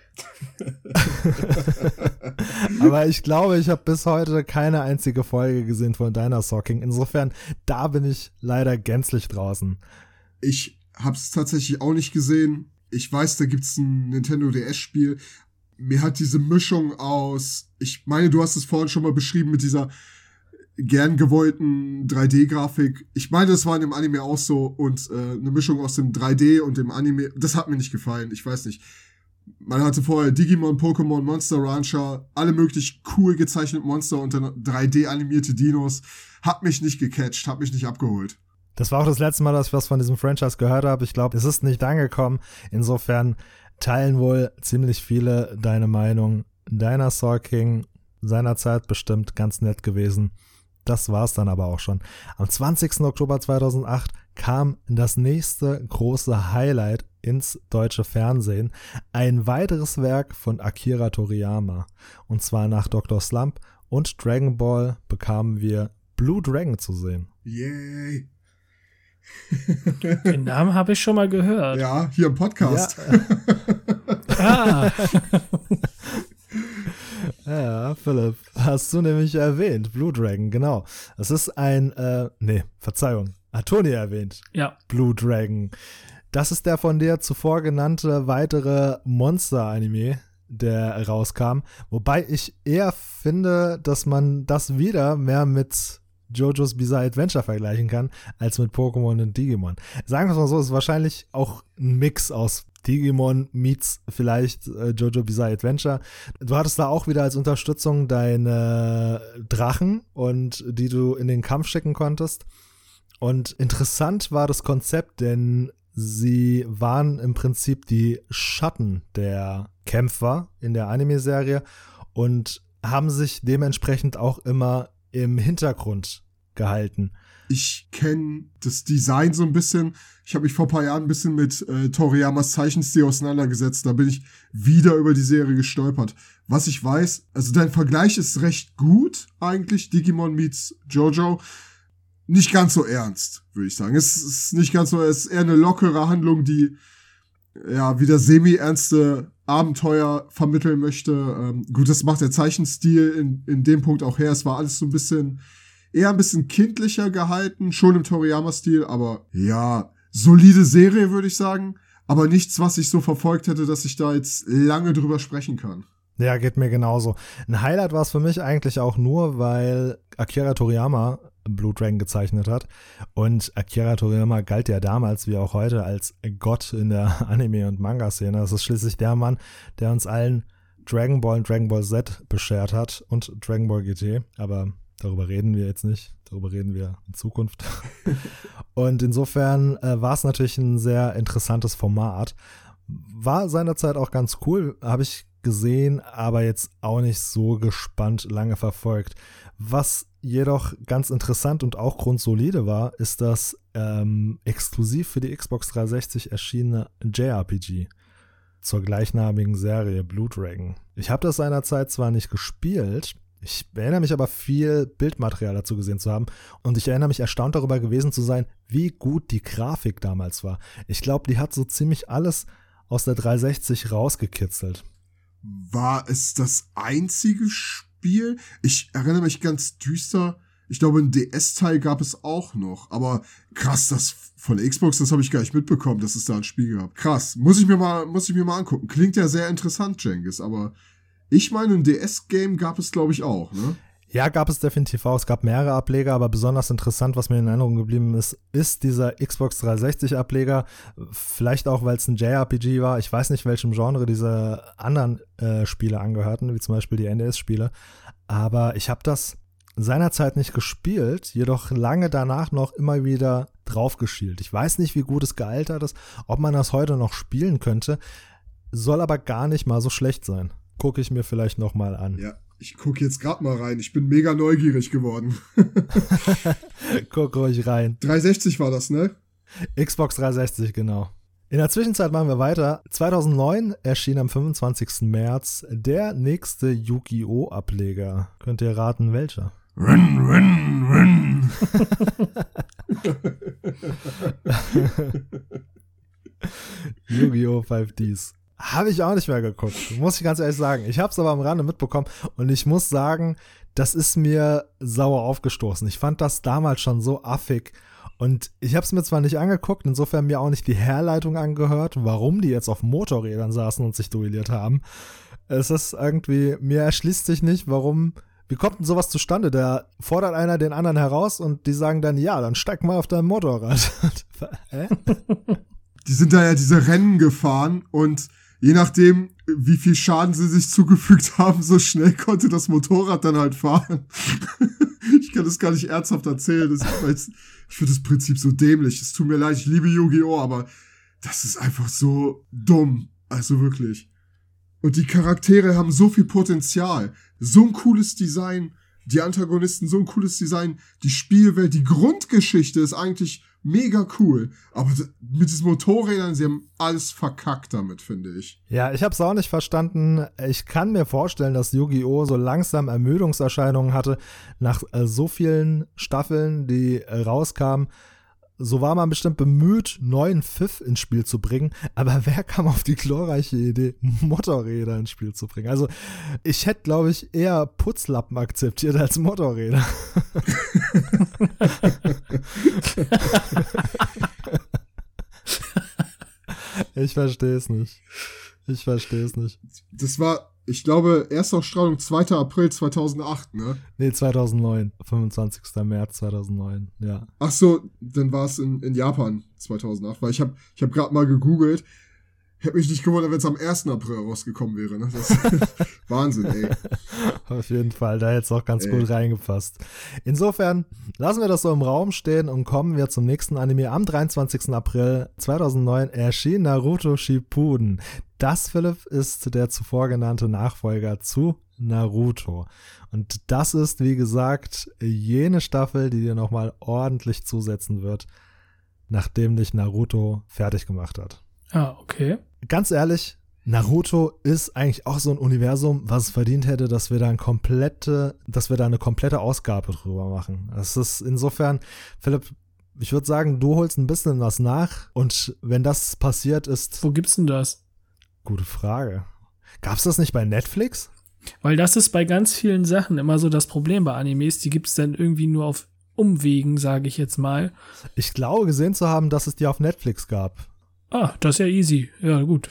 Aber ich glaube, ich habe bis heute keine einzige Folge gesehen von Dinosaur King. Insofern, da bin ich leider gänzlich draußen. Ich hab's tatsächlich auch nicht gesehen. Ich weiß, da gibt's ein Nintendo D S-Spiel. Mir hat diese Mischung aus, ich meine, du hast es vorhin schon mal beschrieben mit dieser gern gewollten drei D-Grafik. Ich meine, das war in dem Anime auch so und äh, eine Mischung aus dem drei D und dem Anime. Das hat mir nicht gefallen. Ich weiß nicht. Man hatte vorher Digimon, Pokémon, Monster Rancher, alle möglich cool gezeichneten Monster und dann drei D-animierte Dinos. Hat mich nicht gecatcht, hat mich nicht abgeholt. Das war auch das letzte Mal, dass ich was von diesem Franchise gehört habe. Ich glaube, es ist nicht angekommen. Insofern teilen wohl ziemlich viele deine Meinung. Dinosaur King, seinerzeit bestimmt ganz nett gewesen. Das war's dann aber auch schon. Am zwanzigsten Oktober zweitausendacht kam das nächste große Highlight ins deutsche Fernsehen. Ein weiteres Werk von Akira Toriyama. Und zwar nach Doktor Slump und Dragon Ball bekamen wir Blue Dragon zu sehen. Yay! Den Namen habe ich schon mal gehört. Ja, hier im Podcast. Ja. Ah. Ja, Philipp, hast du nämlich erwähnt. Blue Dragon, genau. Es ist ein, äh, nee, Verzeihung, hat Toni erwähnt. Ja. Blue Dragon. Das ist der von dir zuvor genannte weitere Monster-Anime, der rauskam. Wobei ich eher finde, dass man das wieder mehr mit JoJo's Bizarre Adventure vergleichen kann, als mit Pokémon und Digimon. Sagen wir es mal so, es ist wahrscheinlich auch ein Mix aus Digimon meets vielleicht äh, JoJo Bizarre Adventure. Du hattest da auch wieder als Unterstützung deine Drachen und die du in den Kampf schicken konntest. Und interessant war das Konzept, denn sie waren im Prinzip die Schatten der Kämpfer in der Anime-Serie und haben sich dementsprechend auch immer im Hintergrund gehalten. Ich kenne das Design so ein bisschen. Ich habe mich vor ein paar Jahren ein bisschen mit äh, Toriyamas Zeichenstil auseinandergesetzt. Da bin ich wieder über die Serie gestolpert. Was ich weiß, also dein Vergleich ist recht gut eigentlich. Digimon meets JoJo. Nicht ganz so ernst, würde ich sagen. Es ist nicht ganz so, es ist eher eine lockere Handlung, die ja wieder semi-ernste Abenteuer vermitteln möchte. Ähm, gut, das macht der Zeichenstil in, in dem Punkt auch her. Es war alles so ein bisschen, eher ein bisschen kindlicher gehalten, schon im Toriyama-Stil, aber ja, solide Serie, würde ich sagen. Aber nichts, was ich so verfolgt hätte, dass ich da jetzt lange drüber sprechen kann. Ja, geht mir genauso. Ein Highlight war es für mich eigentlich auch nur, weil Akira Toriyama Blue Dragon gezeichnet hat. Und Akira Toriyama galt ja damals wie auch heute als Gott in der Anime- und Manga-Szene. Das ist schließlich der Mann, der uns allen Dragon Ball und Dragon Ball Z beschert hat und Dragon Ball G T. Aber darüber reden wir jetzt nicht. Darüber reden wir in Zukunft. Und insofern äh, war es natürlich ein sehr interessantes Format. War seinerzeit auch ganz cool, habe ich gesehen, aber jetzt auch nicht so gespannt lange verfolgt. Was jedoch ganz interessant und auch grundsolide war, ist das ähm, exklusiv für die Xbox dreihundertsechzig erschienene J R P G zur gleichnamigen Serie Blue Dragon. Ich habe das seinerzeit zwar nicht gespielt, ich erinnere mich aber viel Bildmaterial dazu gesehen zu haben und ich erinnere mich erstaunt darüber gewesen zu sein, wie gut die Grafik damals war. Ich glaube, die hat so ziemlich alles aus der dreihundertsechzig rausgekitzelt. War es das einzige Spiel? Ich erinnere mich ganz düster. Ich glaube, ein D S-Teil gab es auch noch. Aber krass, das von Xbox, das habe ich gar nicht mitbekommen, dass es da ein Spiel gab. Krass, muss ich mir mal, muss ich mir mal angucken. Klingt ja sehr interessant, Cengiz. Aber ich meine, ein D S-Game gab es, glaube ich, auch, ne? Ja, gab es definitiv auch. Es gab mehrere Ableger, aber besonders interessant, was mir in Erinnerung geblieben ist, ist dieser Xbox dreihundertsechzig-Ableger. Vielleicht auch, weil es ein J R P G war. Ich weiß nicht, welchem Genre diese anderen äh, Spiele angehörten, wie zum Beispiel die N E S-Spiele. Aber ich habe das seinerzeit nicht gespielt, jedoch lange danach noch immer wieder draufgeschielt. Ich weiß nicht, wie gut es gealtert ist, ob man das heute noch spielen könnte, soll aber gar nicht mal so schlecht sein. Gucke ich mir vielleicht noch mal an. Ja, ich gucke jetzt gerade mal rein. Ich bin mega neugierig geworden. Guck ruhig rein. dreihundertsechzig war das, ne? Xbox dreihundertsechzig, genau. In der Zwischenzeit machen wir weiter. zweitausendneun erschien am fünfundzwanzigsten März der nächste Yu-Gi-Oh! Ableger. Könnt ihr raten, welcher? Run, run, run. Yu-Gi-Oh! fünf Ds. Habe ich auch nicht mehr geguckt, muss ich ganz ehrlich sagen. Ich habe es aber am Rande mitbekommen und ich muss sagen, das ist mir sauer aufgestoßen. Ich fand das damals schon so affig und ich habe es mir zwar nicht angeguckt, insofern mir auch nicht die Herleitung angehört, warum die jetzt auf Motorrädern saßen und sich duelliert haben. Es ist irgendwie, mir erschließt sich nicht, warum, wie kommt denn sowas zustande? Da fordert einer den anderen heraus und die sagen dann, ja, dann steig mal auf dein Motorrad. Hä? Die sind da ja diese Rennen gefahren und je nachdem, wie viel Schaden sie sich zugefügt haben, so schnell konnte das Motorrad dann halt fahren. Ich kann das gar nicht ernsthaft erzählen. Das ist, ich finde das Prinzip so dämlich. Es tut mir leid, ich liebe Yu-Gi-Oh!, aber das ist einfach so dumm. Also wirklich. Und die Charaktere haben so viel Potenzial. So ein cooles Design. Die Antagonisten, so ein cooles Design. Die Spielwelt, die Grundgeschichte ist eigentlich mega cool. Aber mit diesen Motorrädern, sie haben alles verkackt damit, finde ich. Ja, ich habe es auch nicht verstanden. Ich kann mir vorstellen, dass Yu-Gi-Oh! So langsam Ermüdungserscheinungen hatte nach äh, so vielen Staffeln, die äh, rauskamen. So war man bestimmt bemüht, neuen Pfiff ins Spiel zu bringen. Aber wer kam auf die glorreiche Idee, Motorräder ins Spiel zu bringen? Also ich hätte, glaube ich, eher Putzlappen akzeptiert als Motorräder. Ich verstehe es nicht. Ich verstehe es nicht. Das war, ich glaube, Erstausstrahlung zweiter April zweitausendacht, ne? Nee, zweitausendneun. fünfundzwanzigsten März zweitausendneun, ja. Ach so, dann war es in, in Japan zweitausendacht, weil ich habe ich hab gerade mal gegoogelt. Hätte mich nicht gewundert, wenn es am ersten April rausgekommen wäre, ne? Das Wahnsinn, ey. Auf jeden Fall, da hätte es auch ganz ey. gut reingepasst. Insofern lassen wir das so im Raum stehen und kommen wir zum nächsten Anime. Am dreiundzwanzigsten April zweitausendneun erschien Naruto Shippuden. Das, Philipp, ist der zuvor genannte Nachfolger zu Naruto. Und das ist, wie gesagt, jene Staffel, die dir nochmal ordentlich zusetzen wird, nachdem dich Naruto fertig gemacht hat. Ah, okay. Ganz ehrlich, Naruto ist eigentlich auch so ein Universum, was es verdient hätte, dass wir da eine komplette, dass wir da eine komplette Ausgabe drüber machen. Das ist insofern, Philipp, ich würde sagen, du holst ein bisschen was nach und wenn das passiert ist. Wo gibt's denn das? Gute Frage. Gab's das nicht bei Netflix? Weil das ist bei ganz vielen Sachen immer so das Problem bei Animes, die gibt's dann irgendwie nur auf Umwegen, sage ich jetzt mal. Ich glaube gesehen zu haben, dass es die auf Netflix gab. Ah, das ist ja easy. Ja, gut.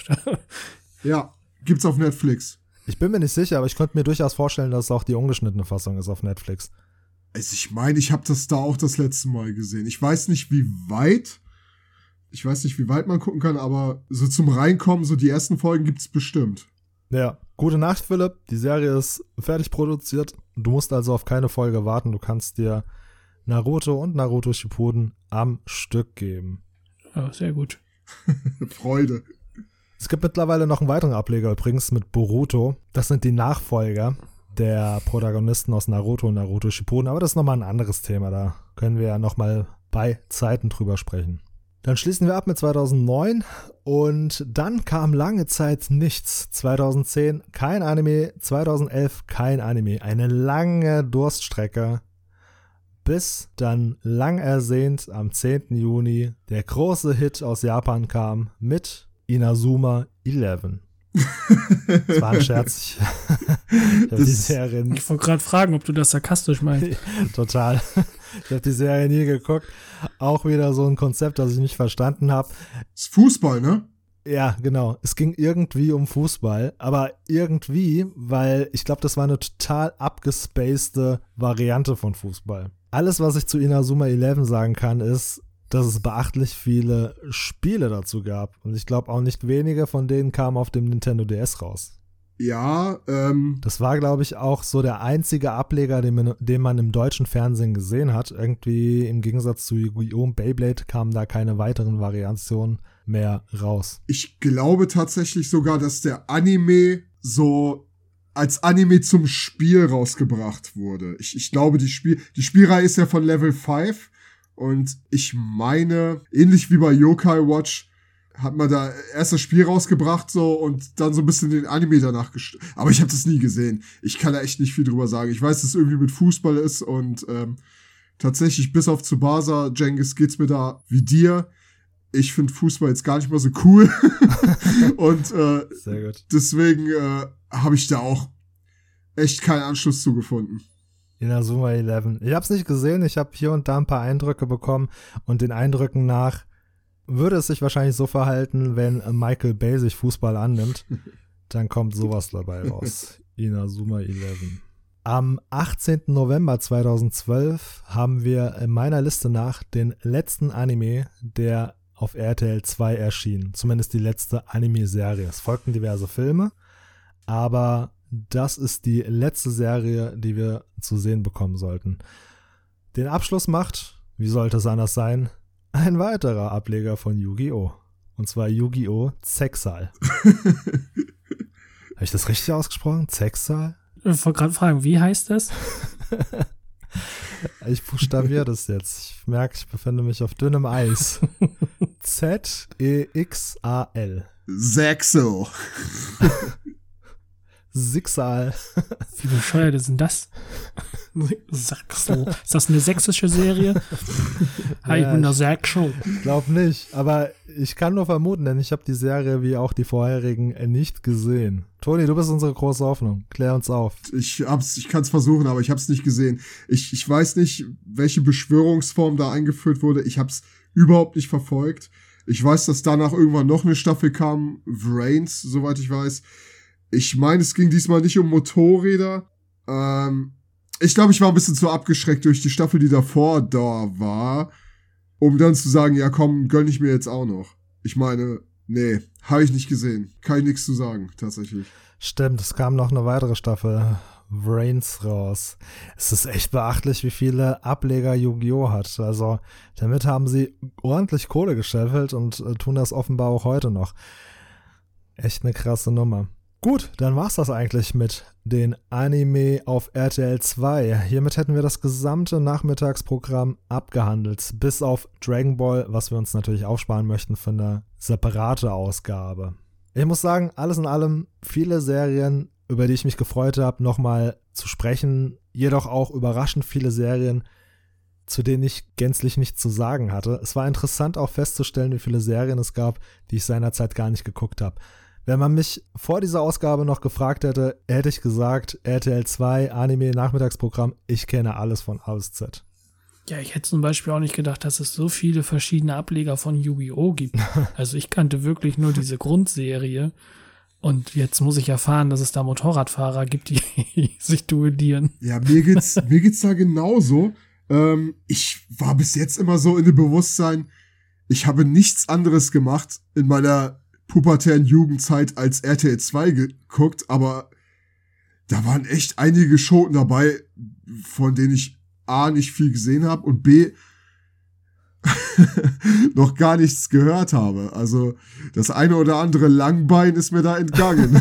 Ja, gibt's auf Netflix. Ich bin mir nicht sicher, aber ich könnte mir durchaus vorstellen, dass es auch die ungeschnittene Fassung ist auf Netflix. Also ich meine, ich habe das da auch das letzte Mal gesehen. Ich weiß nicht, wie weit, ich weiß nicht, wie weit man gucken kann, aber so zum Reinkommen, so die ersten Folgen gibt's bestimmt. Ja, gute Nacht, Philipp. Die Serie ist fertig produziert. Du musst also auf keine Folge warten. Du kannst dir Naruto und Naruto Shippuden am Stück geben. Ja, sehr gut. Freude. Es gibt mittlerweile noch einen weiteren Ableger übrigens mit Boruto. Das sind die Nachfolger der Protagonisten aus Naruto und Naruto Shippuden. Aber das ist nochmal ein anderes Thema. Da können wir ja nochmal bei Zeiten drüber sprechen. Dann schließen wir ab mit zweitausendneun und dann kam lange Zeit nichts. zweitausendzehn kein Anime, zweitausendelf kein Anime. Eine lange Durststrecke. Bis dann lang ersehnt am zehnten Juni der große Hit aus Japan kam mit Inazuma elf. Das war ein Scherz. Ich, ich habe die Serie. Ich wollte gerade fragen, ob du das sarkastisch meinst. Total. Ich habe die Serie nie geguckt. Auch wieder so ein Konzept, das ich nicht verstanden habe. Das ist Fußball, ne? Ja, genau. Es ging irgendwie um Fußball, aber irgendwie, weil ich glaube, das war eine total abgespacede Variante von Fußball. Alles, was ich zu Inazuma elf sagen kann, ist, dass es beachtlich viele Spiele dazu gab. Und ich glaube auch nicht wenige von denen kamen auf dem Nintendo D S raus. Ja, ähm. Das war, glaube ich, auch so der einzige Ableger, den man, den man im deutschen Fernsehen gesehen hat. Irgendwie im Gegensatz zu Yu-Gi-Oh! Und Beyblade kamen da keine weiteren Variationen mehr raus. Ich glaube tatsächlich sogar, dass der Anime so als Anime zum Spiel rausgebracht wurde. Ich, ich glaube, die Spiel, die Spielreihe ist ja von Level fünf und ich meine, ähnlich wie bei Yokai Watch, hat man da erst das Spiel rausgebracht so und dann so ein bisschen den Anime danach gest- aber ich habe das nie gesehen. Ich kann da echt nicht viel drüber sagen. Ich weiß, dass es irgendwie mit Fußball ist und ähm, tatsächlich bis auf Tsubasa, Cengiz, geht's mir da wie dir. Ich finde Fußball jetzt gar nicht mal so cool und äh, Sehr gut. deswegen äh, habe ich da auch echt keinen Anschluss zugefunden. Inazuma elf. Ich habe es nicht gesehen, ich habe hier und da ein paar Eindrücke bekommen und den Eindrücken nach würde es sich wahrscheinlich so verhalten, wenn Michael Bay sich Fußball annimmt, dann kommt sowas dabei raus. Inazuma elf. Am achtzehnten November zweitausendzwölf haben wir in meiner Liste nach den letzten Anime, der auf R T L zwei erschien. Zumindest die letzte Anime-Serie. Es folgten diverse Filme, aber das ist die letzte Serie, die wir zu sehen bekommen sollten. Den Abschluss macht, wie sollte es anders sein, ein weiterer Ableger von Yu-Gi-Oh! Und zwar Yu-Gi-Oh! Zexal. Habe ich das richtig ausgesprochen? Zexal? Ich wollte gerade fragen, wie heißt das? Ich buchstabiere das jetzt. Ich merke, ich befinde mich auf dünnem Eis. Z E X A L. Zexal. Zixal. Wie bescheuert ist denn das? Sachsel. Ist das eine sächsische Serie? Hi, Ja, ich bin der ich- Sachsel. Glaub nicht, aber ich kann nur vermuten, denn ich habe die Serie wie auch die vorherigen nicht gesehen. Toni, du bist unsere große Hoffnung. Klär uns auf. Ich hab's, ich kann's versuchen, aber ich hab's nicht gesehen. Ich, ich weiß nicht, welche Beschwörungsform da eingeführt wurde. Ich hab's überhaupt nicht verfolgt. Ich weiß, dass danach irgendwann noch eine Staffel kam, Vrains, soweit ich weiß. Ich meine, es ging diesmal nicht um Motorräder. Ähm, ich glaube, ich war ein bisschen zu abgeschreckt durch die Staffel, die davor da war, um dann zu sagen, ja komm, gönn ich mir jetzt auch noch. Ich meine, nee, habe ich nicht gesehen. Kann ich nichts zu sagen, tatsächlich. Stimmt, es kam noch eine weitere Staffel, Vrains, raus. Es ist echt beachtlich, wie viele Ableger Yu-Gi-Oh! Hat. Also damit haben sie ordentlich Kohle gescheffelt und äh, tun das offenbar auch heute noch. Echt eine krasse Nummer. Gut, dann war's das eigentlich mit den Anime auf R T L zwei. Hiermit hätten wir das gesamte Nachmittagsprogramm abgehandelt, bis auf Dragon Ball, was wir uns natürlich aufsparen möchten für eine separate Ausgabe. Ich muss sagen, alles in allem viele Serien, über die ich mich gefreut habe, nochmal zu sprechen, jedoch auch überraschend viele Serien, zu denen ich gänzlich nichts zu sagen hatte. Es war interessant auch festzustellen, wie viele Serien es gab, die ich seinerzeit gar nicht geguckt habe. Wenn man mich vor dieser Ausgabe noch gefragt hätte, hätte ich gesagt, R T L zwei, Anime, Nachmittagsprogramm, ich kenne alles von A bis Z. Ja, ich hätte zum Beispiel auch nicht gedacht, dass es so viele verschiedene Ableger von Yu-Gi-Oh! Gibt. Also ich kannte wirklich nur diese Grundserie. Und jetzt muss ich erfahren, dass es da Motorradfahrer gibt, die sich duellieren. Ja, mir geht's, mir geht's da genauso. Ähm, ich war bis jetzt immer so in dem Bewusstsein, ich habe nichts anderes gemacht in meiner pubertären Jugendzeit als R T L zwei geguckt, aber da waren echt einige Schoten dabei, von denen ich A, nicht viel gesehen habe und B, noch gar nichts gehört habe. Also das eine oder andere Langbein ist mir da entgangen.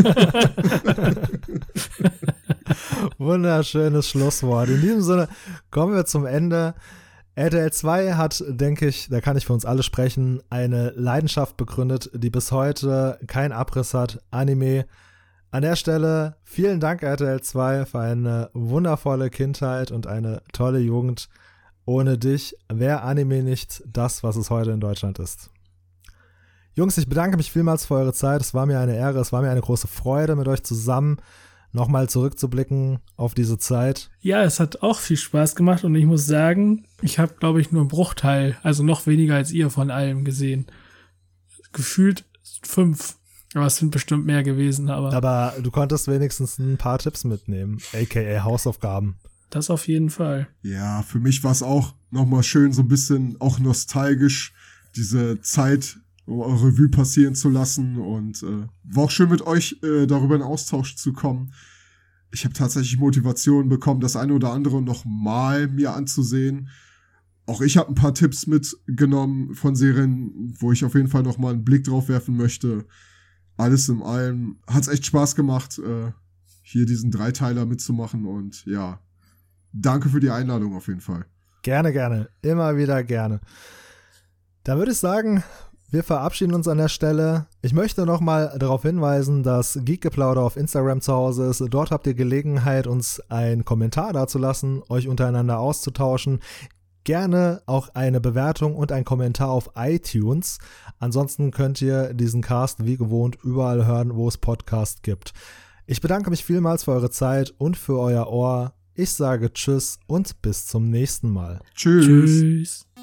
Wunderschönes Schlusswort. In diesem Sinne kommen wir zum Ende. R T L zwei hat, denke ich, da kann ich für uns alle sprechen, eine Leidenschaft begründet, die bis heute keinen Abriss hat. Anime. An der Stelle vielen Dank R T L zwei für eine wundervolle Kindheit und eine tolle Jugend. Ohne dich wäre Anime nicht das, was es heute in Deutschland ist. Jungs, ich bedanke mich vielmals für eure Zeit. Es war mir eine Ehre, es war mir eine große Freude, mit euch zusammen nochmal zurückzublicken auf diese Zeit. Ja, es hat auch viel Spaß gemacht und ich muss sagen, ich habe, glaube ich, nur einen Bruchteil, also noch weniger als ihr von allem gesehen. Gefühlt fünf, aber es sind bestimmt mehr gewesen, aber, Aber du konntest wenigstens ein paar Tipps mitnehmen, aka Hausaufgaben. das auf jeden Fall. Ja, für mich war es auch nochmal schön, so ein bisschen auch nostalgisch, diese Zeit Revue passieren zu lassen. Und äh, war auch schön mit euch äh, darüber in Austausch zu kommen. Ich habe tatsächlich Motivation bekommen, das eine oder andere noch mal mir anzusehen. Auch ich habe ein paar Tipps mitgenommen von Serien, wo ich auf jeden Fall noch mal einen Blick drauf werfen möchte. Alles in allem hat's echt Spaß gemacht, äh, hier diesen Dreiteiler mitzumachen. Und ja, danke für die Einladung auf jeden Fall. Gerne, gerne. Immer wieder gerne. Dann würde ich sagen, wir verabschieden uns an der Stelle. Ich möchte nochmal darauf hinweisen, dass Geekgeplauder auf Instagram zu Hause ist. Dort habt ihr Gelegenheit, uns einen Kommentar dazulassen, euch untereinander auszutauschen. Gerne auch eine Bewertung und ein Kommentar auf iTunes. Ansonsten könnt ihr diesen Cast wie gewohnt überall hören, wo es Podcasts gibt. Ich bedanke mich vielmals für eure Zeit und für euer Ohr. Ich sage Tschüss und bis zum nächsten Mal. Tschüss. Tschüss.